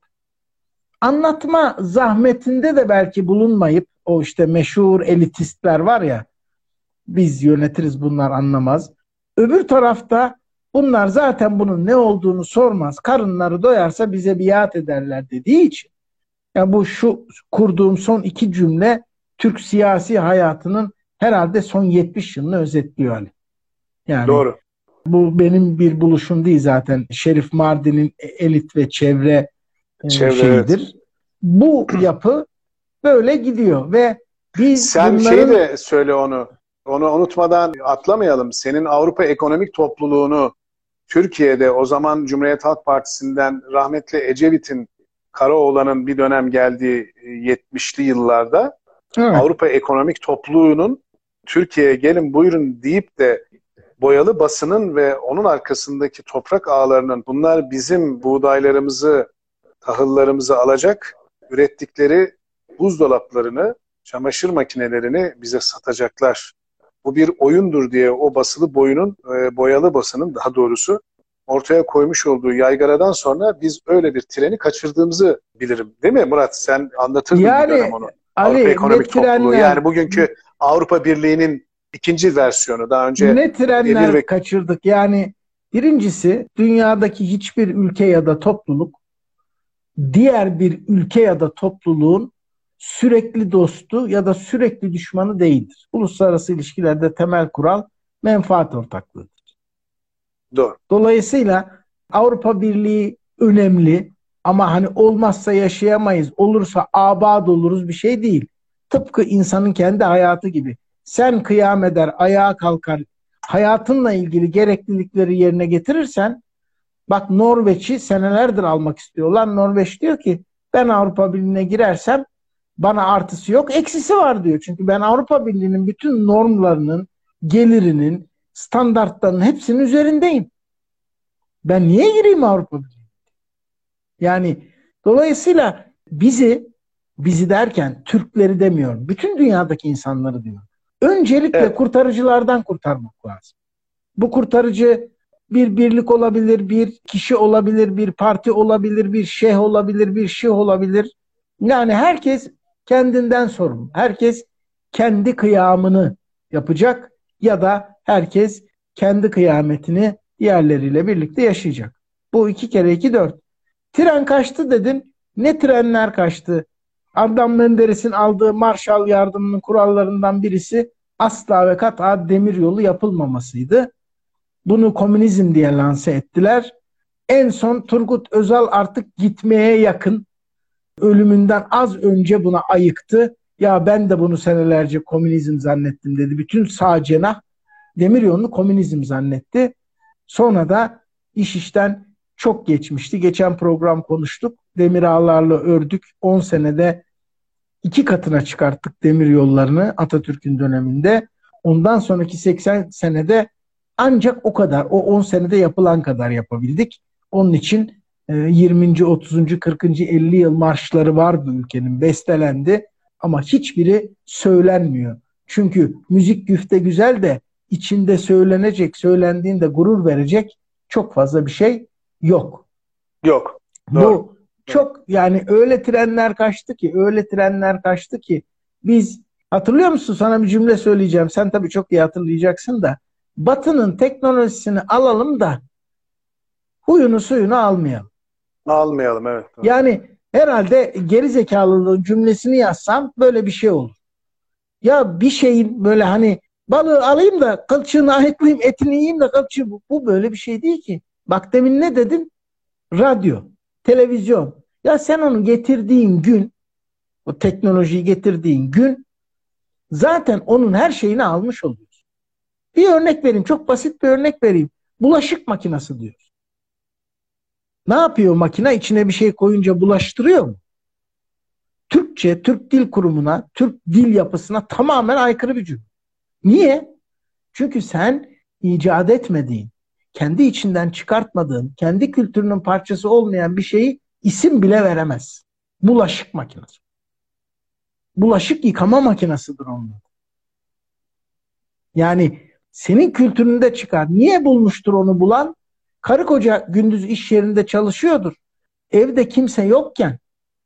anlatma zahmetinde de belki bulunmayıp, o işte meşhur elitistler var ya, biz yönetiriz bunlar anlamaz. Öbür tarafta bunlar zaten bunun ne olduğunu sormaz. Karınları doyarsa bize biat ederler dediği için. Yani bu şu kurduğum son iki cümle Türk siyasi hayatının herhalde son yetmiş yılını özetliyor Ali. Yani doğru. Bu benim bir buluşum değil zaten. Şerif Mardin'in elit ve çevre, çevre şeyidir. Evet. Bu yapı böyle gidiyor ve biz sen bunların... şeyi de söyle onu. Onu unutmadan atlamayalım. Senin Avrupa Ekonomik Topluluğunu Türkiye'de o zaman Cumhuriyet Halk Partisi'nden rahmetli Ecevit'in Karaoğlan'ın bir dönem geldiği yetmişli yıllarda evet. Avrupa Ekonomik Topluluğu'nun Türkiye'ye gelin buyurun deyip de boyalı basının ve onun arkasındaki toprak ağlarının bunlar bizim buğdaylarımızı, tahıllarımızı alacak, ürettikleri buzdolaplarını, çamaşır makinelerini bize satacaklar. Bu bir oyundur diye o basılı boyunun, e, boyalı basının daha doğrusu ortaya koymuş olduğu yaygaradan sonra biz öyle bir treni kaçırdığımızı bilirim. Değil mi Murat? Sen anlatırdın yani, bir dönem onu. Ali, Avrupa Ekonomik trenler, Topluluğu. Yani bugünkü Avrupa Birliği'nin ikinci versiyonu. Daha önce ne trenler ve... kaçırdık. Yani birincisi dünyadaki hiçbir ülke ya da topluluk diğer bir ülke ya da topluluğun sürekli dostu ya da sürekli düşmanı değildir. Uluslararası ilişkilerde temel kural menfaat ortaklığıdır. Doğru. Dolayısıyla Avrupa Birliği önemli ama hani olmazsa yaşayamayız, olursa abad oluruz bir şey değil. Tıpkı insanın kendi hayatı gibi. Sen kıyam eder, ayağa kalkar, hayatınla ilgili gereklilikleri yerine getirirsen, bak Norveç'i senelerdir almak istiyorlar. Norveç diyor ki ben Avrupa Birliği'ne girersem bana artısı yok, eksisi var diyor. Çünkü ben Avrupa Birliği'nin bütün normlarının, gelirinin, standartlarının hepsinin üzerindeyim. Ben niye gireyim Avrupa Birliği'ne? Yani dolayısıyla bizi, bizi derken Türkleri demiyorum, bütün dünyadaki insanları diyorum. Öncelikle evet. kurtarıcılardan kurtarmak lazım. Bu kurtarıcı bir birlik olabilir, bir kişi olabilir, bir parti olabilir, bir şeyh olabilir, bir şeyh olabilir. Yani herkes kendinden sorumlu. Herkes kendi kıyamını yapacak ya da herkes kendi kıyametini diğerleriyle birlikte yaşayacak. Bu iki kere iki dört. Tren kaçtı dedin. Ne trenler kaçtı? Adnan Menderes'in aldığı Marshall yardımının kurallarından birisi asla ve kat'a demiryolu yapılmamasıydı. Bunu komünizm diye lanse ettiler. En son Turgut Özal artık gitmeye yakın, ölümünden az önce buna ayıktı. Ya ben de bunu senelerce komünizm zannettim dedi. Bütün sağ cenah demiryolunu komünizm zannetti. Sonra da iş işten çok geçmişti. Geçen program konuştuk. Demir ağlarla ördük. on senede iki katına çıkarttık demir yollarını Atatürk'ün döneminde. Ondan sonraki seksen senede ancak o kadar, o on senede yapılan kadar yapabildik. Onun için yirminci, otuzuncu, kırkıncı, elli yıl marşları var bu ülkenin, bestelendi ama hiçbiri söylenmiyor. Çünkü müzik güfte güzel de içinde söylenecek, söylendiğinde gurur verecek çok fazla bir şey yok. Yok. Bu doğru. Çok yani öyle trenler kaçtı ki, öyle trenler kaçtı ki biz, hatırlıyor musun, sana bir cümle söyleyeceğim. Sen tabii çok iyi hatırlayacaksın da, Batı'nın teknolojisini alalım da huyunu suyunu almayalım. Almayalım evet. Yani herhalde geri zekalılığın cümlesini yazsam böyle bir şey olur. Ya bir şeyin böyle hani balığı alayım da kılçığını ayıklayayım, etini yiyeyim de kılçığı, bu, bu böyle bir şey değil ki. Bak demin ne dedin? Radyo, televizyon. Ya sen onu getirdiğin gün, o teknolojiyi getirdiğin gün zaten onun her şeyini almış oluyorsun. Bir örnek vereyim, çok basit bir örnek vereyim. Bulaşık makinesi diyoruz. Ne yapıyor makine? İçine bir şey koyunca bulaştırıyor mu? Türkçe, Türk Dil Kurumu'na, Türk dil yapısına tamamen aykırı bir cümle. Niye? Çünkü sen icat etmediğin, kendi içinden çıkartmadığın, kendi kültürünün parçası olmayan bir şeyi isim bile veremez. Bulaşık makinesi. Bulaşık yıkama makinesidir onun. Yani senin kültüründe çıkar. Niye bulmuştur onu bulan? Karı koca gündüz iş yerinde çalışıyordur. Evde kimse yokken.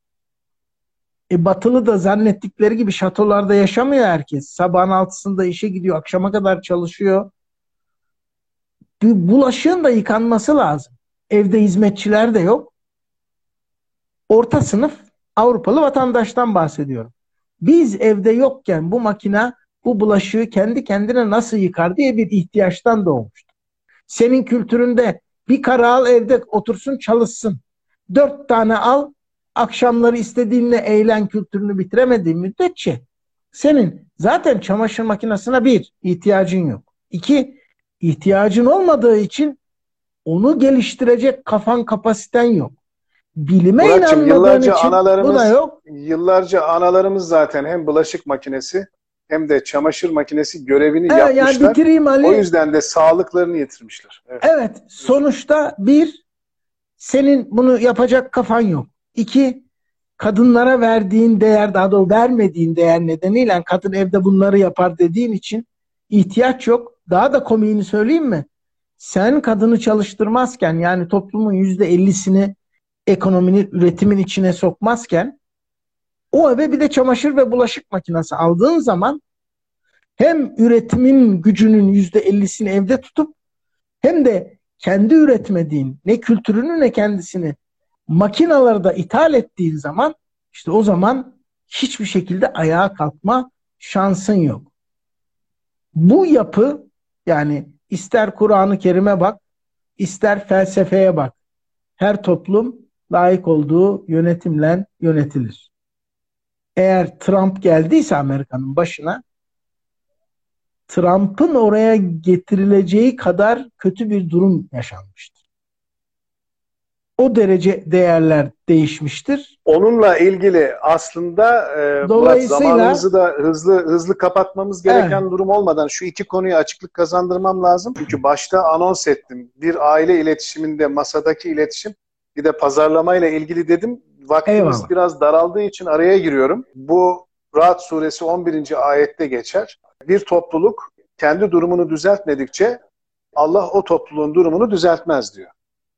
E batılı da zannettikleri gibi şatolarda yaşamıyor herkes. Sabahın altısında işe gidiyor, akşama kadar çalışıyor. Bir bulaşığın da yıkanması lazım. Evde hizmetçiler de yok. Orta sınıf Avrupalı vatandaştan bahsediyorum. Biz evde yokken bu makine bu bulaşığı kendi kendine nasıl yıkar diye bir ihtiyaçtan doğmuştu. Senin kültüründe bir karı al, evde otursun çalışsın. Dört tane al, akşamları istediğinle eğlen kültürünü bitiremediğin müddetçe senin zaten çamaşır makinesine bir, ihtiyacın yok. İki, ihtiyacın olmadığı için onu geliştirecek kafan, kapasiten yok. Bilime Muratçım, inanmadığın yıllarca için bu da analarımız, yok. yıllarca analarımız zaten hem bulaşık makinesi hem de çamaşır makinesi görevini Evet, yani yapmışlar. bitireyim Ali. O yüzden de sağlıklarını yitirmişler. Evet. Evet, sonuçta bir, senin bunu yapacak kafan yok. İki, kadınlara verdiğin değer, daha doğrusu vermediğin değer nedeniyle kadın evde bunları yapar dediğin için ihtiyaç yok. Daha da komiğini söyleyeyim mi? Sen kadını çalıştırmazken, yani toplumun yüzde ellisini ekonominin, üretimin içine sokmazken o eve bir de çamaşır ve bulaşık makinesi aldığın zaman hem üretimin gücünün yüzde ellisini evde tutup hem de kendi üretmediğin ne kültürünü ne kendisini makinalarda ithal ettiğin zaman işte o zaman hiçbir şekilde ayağa kalkma şansın yok. Bu yapı, yani ister Kur'an-ı Kerim'e bak, ister felsefeye bak. Her toplum layık olduğu yönetimle yönetilir. Eğer Trump geldiyse Amerika'nın başına, Trump'ın oraya getirileceği kadar kötü bir durum yaşanmıştır. O derece değerler değişmiştir. Onunla ilgili aslında e, Murat, zamanımızı da hızlı hızlı kapatmamız gereken evet. durum olmadan şu iki konuya açıklık kazandırmam lazım. Çünkü başta anons ettim. Bir aile iletişiminde masadaki iletişim, bir de pazarlamayla ilgili dedim. Vaktimiz Eyvallah. biraz daraldığı için araya giriyorum. Bu Ra'd suresi on birinci ayette geçer. Bir topluluk kendi durumunu düzeltmedikçe Allah o topluluğun durumunu düzeltmez diyor.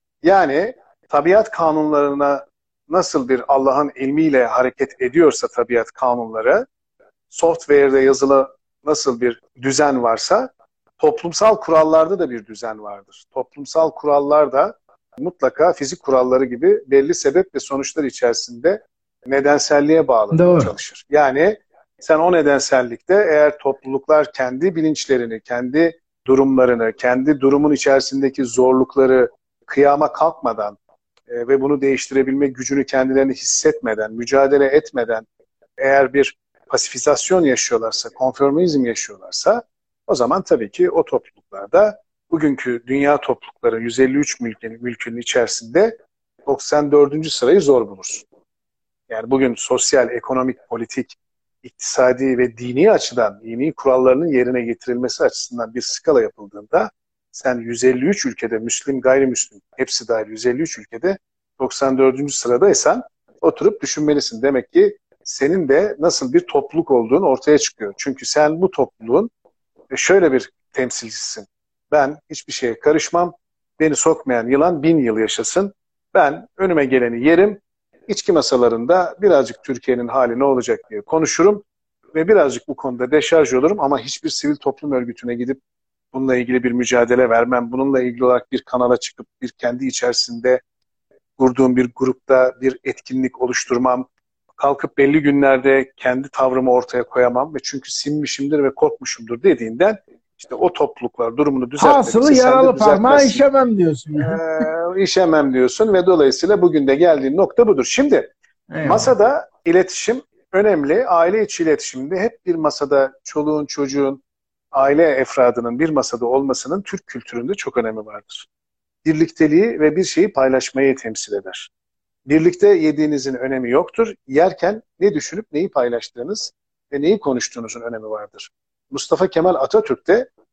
Yani tabiat kanunlarına nasıl bir Allah'ın ilmiyle hareket ediyorsa tabiat kanunları, software'de yazılı nasıl bir düzen varsa toplumsal kurallarda da bir düzen vardır. Toplumsal kurallar da mutlaka fizik kuralları gibi belli sebep ve sonuçlar içerisinde nedenselliğe bağlı Doğru. çalışır. Yani sen o nedensellikte eğer topluluklar kendi bilinçlerini, kendi durumlarını, kendi durumun içerisindeki zorlukları kıyama kalkmadan e, ve bunu değiştirebilme gücünü kendilerini hissetmeden, mücadele etmeden eğer bir pasifizasyon yaşıyorlarsa, konformizm yaşıyorlarsa o zaman tabii ki o topluluklarda bugünkü dünya toplulukları yüz elli üç mülkün, mülkünün içerisinde doksan dördüncü sırayı zor bulursun. Yani bugün sosyal, ekonomik, politik, iktisadi ve dini açıdan dini kurallarının yerine getirilmesi açısından bir skala yapıldığında sen yüz elli üç ülkede Müslim, gayrimüslim hepsi dahil yüz elli üç ülkede doksan dördüncü sıradaysan oturup düşünmelisin. Demek ki senin de nasıl bir topluluk olduğun ortaya çıkıyor. Çünkü sen bu topluluğun şöyle bir temsilcisisin. Ben hiçbir şeye karışmam. Beni sokmayan yılan bin yıl yaşasın. Ben önüme geleni yerim. İçki masalarında birazcık Türkiye'nin hali ne olacak diye konuşurum. Ve birazcık bu konuda deşarj olurum ama hiçbir sivil toplum örgütüne gidip bununla ilgili bir mücadele vermem. Bununla ilgili olarak bir kanala çıkıp bir kendi içerisinde kurduğum bir grupta bir etkinlik oluşturmam. Kalkıp belli günlerde kendi tavrımı ortaya koyamam ve çünkü sinmişimdir ve korkmuşumdur dediğinden işte o topluluklar durumunu düzeltmediyse Hasılı yaralı parmağı işemem diyorsun. Ee, işemem diyorsun ve dolayısıyla bugün de geldiğin nokta budur. Şimdi Eyvallah. masada iletişim önemli. Aile içi iletişimde hep bir masada çoluğun çocuğun aile efradının bir masada olmasının Türk kültüründe çok önemi vardır. Birlikteliği ve bir şeyi paylaşmayı temsil eder. Birlikte yediğinizin önemi yoktur. Yerken ne düşünüp neyi paylaştığınız ve neyi konuştuğunuzun önemi vardır. Mustafa Kemal Atatürk de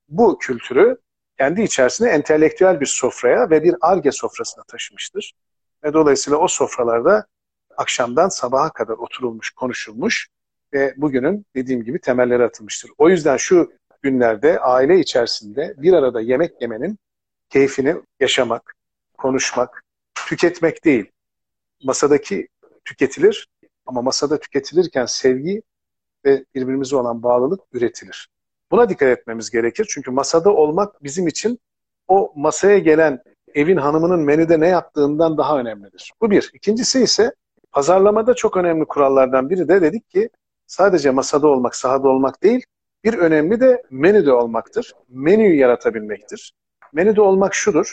bu kültürü kendi içerisinde entelektüel bir sofraya ve bir Ar-Ge sofrasına taşımıştır. Ve dolayısıyla o sofralarda akşamdan sabaha kadar oturulmuş, konuşulmuş ve bugünün dediğim gibi temelleri atılmıştır. O yüzden şu günlerde aile içerisinde bir arada yemek yemenin keyfini yaşamak, konuşmak, tüketmek değil. Masadaki tüketilir ama masada tüketilirken sevgi ve birbirimize olan bağlılık üretilir. Buna dikkat etmemiz gerekir. Çünkü masada olmak bizim için o masaya gelen evin hanımının menüde ne yaptığından daha önemlidir. Bu bir. İkincisi ise pazarlamada çok önemli kurallardan biri de dedik ki sadece masada olmak, sahada olmak değil, bir önemli de menüde olmaktır. Menüyü yaratabilmektir. Menüde olmak şudur,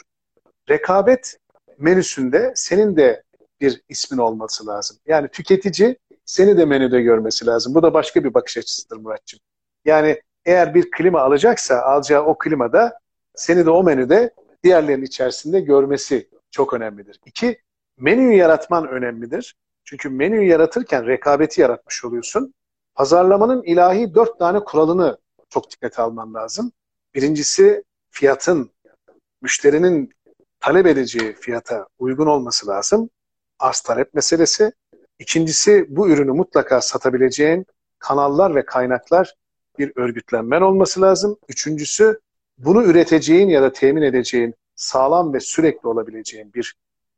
rekabet menüsünde senin de bir ismin olması lazım. Yani tüketici seni de menüde görmesi lazım. Bu da başka bir bakış açısıdır Muratçığım. Yani eğer bir klima alacaksa alacağı o klimada seni de o menüde diğerlerinin içerisinde görmesi çok önemlidir. İki, menüyü yaratman önemlidir. Çünkü menüyü yaratırken rekabeti yaratmış oluyorsun. Pazarlamanın ilahi dört tane kuralını çok dikkate alman lazım. Birincisi fiyatın, müşterinin talep edeceği fiyata uygun olması lazım. Arz talep meselesi. İkincisi bu ürünü mutlaka satabileceğin kanallar ve kaynaklar bir örgütlenmen olması lazım. Üçüncüsü bunu üreteceğin ya da temin edeceğin sağlam ve sürekli olabileceğin bir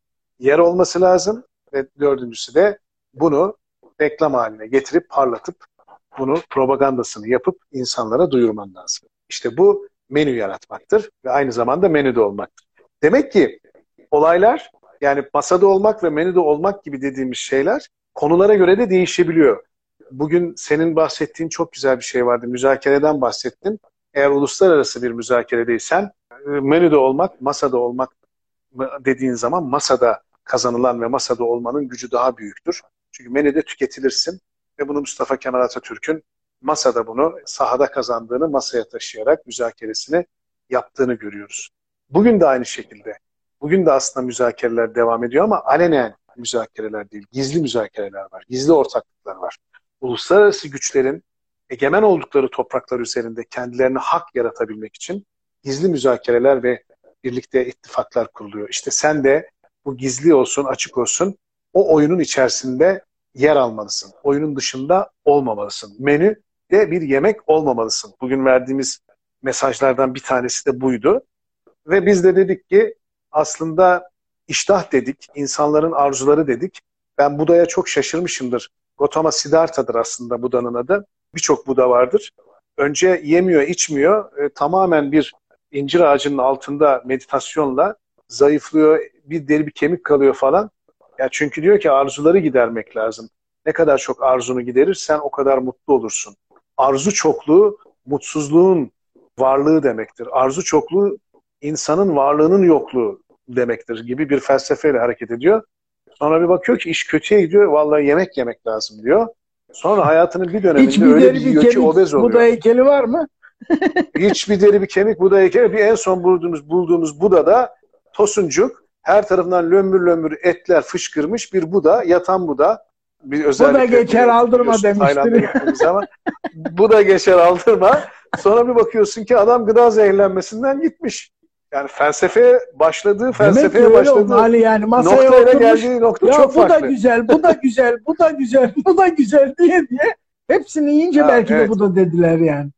yer olması lazım. Ve dördüncüsü de bunu reklam haline getirip parlatıp bunu propagandasını yapıp insanlara duyurman lazım. İşte bu menü yaratmaktır ve aynı zamanda menüde olmaktır. Demek ki olaylar yani masada olmak ve menüde olmak gibi dediğimiz şeyler konulara göre de değişebiliyor. Bugün senin bahsettiğin çok güzel bir şey vardı. Müzakereden bahsettin. Eğer uluslararası bir müzakeredeysen menüde olmak, masada olmak dediğin zaman masada kazanılan ve masada olmanın gücü daha büyüktür. Çünkü menüde tüketilirsin ve bunu Mustafa Kemal Atatürk'ün masada bunu sahada kazandığını masaya taşıyarak müzakeresini yaptığını görüyoruz. Bugün de aynı şekilde. Bugün de aslında müzakereler devam ediyor ama alenen müzakereler değil, gizli müzakereler var, gizli ortaklıklar var. Uluslararası güçlerin egemen oldukları topraklar üzerinde kendilerine hak yaratabilmek için gizli müzakereler ve birlikte ittifaklar kuruluyor. İşte sen de bu gizli olsun, açık olsun, o oyunun içerisinde yer almalısın. Oyunun dışında olmamalısın. Menü de bir yemek olmamalısın. Bugün verdiğimiz mesajlardan bir tanesi de buydu. Ve biz de dedik ki aslında iştah dedik, insanların arzuları dedik. Ben Buda'ya çok şaşırmışımdır. Gautama Siddhartha'dır aslında Buda'nın adı. Birçok Buda vardır. Önce yemiyor, içmiyor. E, tamamen bir incir ağacının altında meditasyonla zayıflıyor. Bir deri bir kemik kalıyor falan. Ya çünkü diyor ki arzuları gidermek lazım. Ne kadar çok arzunu giderirsen o kadar mutlu olursun. Arzu çokluğu mutsuzluğun varlığı demektir. Arzu çokluğu insanın varlığının yokluğu demektir gibi bir felsefeyle hareket ediyor. Sonra bir bakıyor ki iş kötüye gidiyor. Vallahi yemek yemek lazım diyor. Sonra hayatının bir döneminde Hiçbir öyle deri bir bir yiyor ki obez kemik oluyor. Buda heykeli var mı? Hiçbir deri bir kemik Buda heykeli. Bir en son bulduğumuz, bulduğumuz Buda da tosuncuk. Her tarafından lömbür lömbür etler fışkırmış bir Buda. Yatan Buda. Bir Bu da geçer aldırma demiştir. Ama bu da geçer aldırma. Sonra bir bakıyorsun ki adam gıda zehirlenmesinden gitmiş. Yani felsefeye başladığı, felsefeye başladığı hali yani masaya noktayla oturmuş, geldiği nokta ya çok bu farklı. da güzel, bu da güzel, bu da güzel, bu da güzel diye diye hepsini yiyince Ha, belki evet. de bu da dediler yani.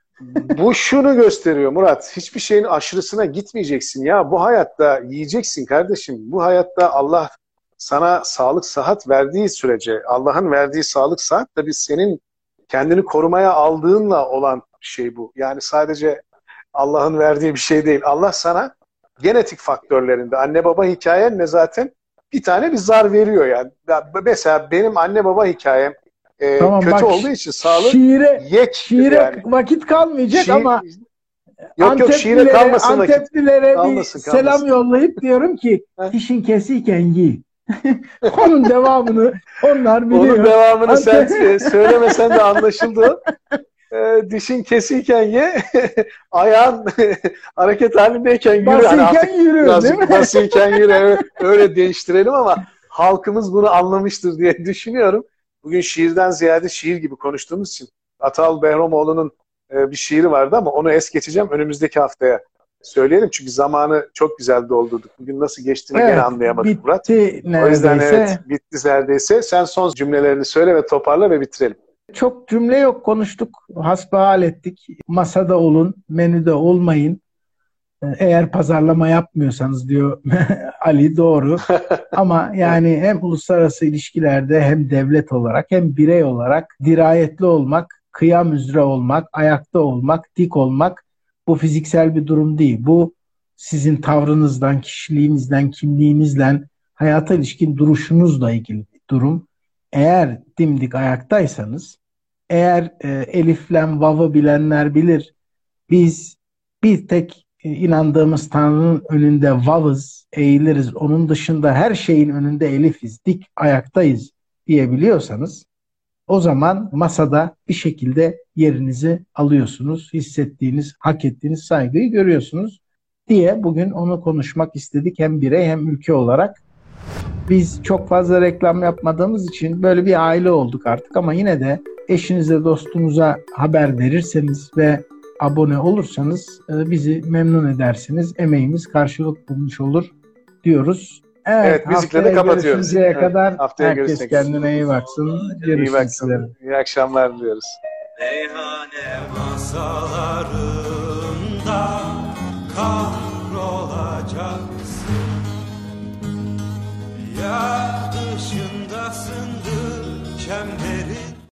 Bu şunu gösteriyor Murat. Hiçbir şeyin aşırısına gitmeyeceksin ya. Bu hayatta yiyeceksin kardeşim. Bu hayatta Allah sana sağlık sıhhat verdiği sürece, Allah'ın verdiği sağlık sıhhat tabii senin kendini korumaya aldığınla olan şey bu. Yani sadece Allah'ın verdiği bir şey değil. Allah sana genetik faktörlerinde, anne baba hikayenle zaten bir tane bir zar veriyor yani. Mesela benim anne baba hikayem e, Tamam, kötü bak, olduğu için sağlık şiire, yek şiire yani. vakit kalmayacak Şiir, ama yok yok şiire kalmasın vakit. Anteplilere Kalmasın, bir selam kalmasın. yollayıp diyorum ki dişin kesiyken yiyin. Onun devamını onlar biliyor. Onun devamını sen Antep... söylemesen de anlaşıldı. E, dişin kesiyken ye, ayağın hareket halindeyken yürü. Basıyken hani yürü değil mi? Basıyken yürü. Öyle, öyle değiştirelim ama halkımız bunu anlamıştır diye düşünüyorum. Bugün şiirden ziyade şiir gibi konuştuğumuz için Atal Behramoğlu'nun e, bir şiiri vardı ama onu es geçeceğim önümüzdeki haftaya. Söyleyelim çünkü zamanı çok güzel doldurduk. Bugün nasıl geçtiğini Evet, gene anlayamadık Murat. bitti O yüzden neredeyse. evet bitti neredeyse. Sen son cümlelerini söyle ve toparla ve bitirelim. Çok cümle yok, konuştuk. Hasbihal ettik. Masada olun, menüde olmayın. Eğer pazarlama yapmıyorsanız diyor Ali, doğru. Ama yani hem uluslararası ilişkilerde hem devlet olarak hem birey olarak dirayetli olmak, kıyam üzere olmak, ayakta olmak, dik olmak bu fiziksel bir durum değil. Bu sizin tavrınızdan, kişiliğinizden, kimliğinizle, hayata ilişkin duruşunuzla ilgili bir durum. Eğer dimdik ayaktaysanız, eğer e, eliflen vav'ı bilenler bilir, biz bir tek inandığımız Tanrı'nın önünde vavız, eğiliriz. Onun dışında her şeyin önünde elifiz, dik ayaktayız diyebiliyorsanız o zaman masada bir şekilde yerinizi alıyorsunuz. Hissettiğiniz, hak ettiğiniz saygıyı görüyorsunuz diye bugün onu konuşmak istedik, hem birey hem ülke olarak. Biz çok fazla reklam yapmadığımız için böyle bir aile olduk artık ama yine de eşinize, dostunuza haber verirseniz ve abone olursanız bizi memnun edersiniz. Emeğimiz karşılık bulmuş olur diyoruz. Evet, evet müzikle de kapatıyoruz. Evet, kadar haftaya herkes kendine iyi baksın. İyi baksın. İyi akşamlar diliyoruz. Meyhane masalarında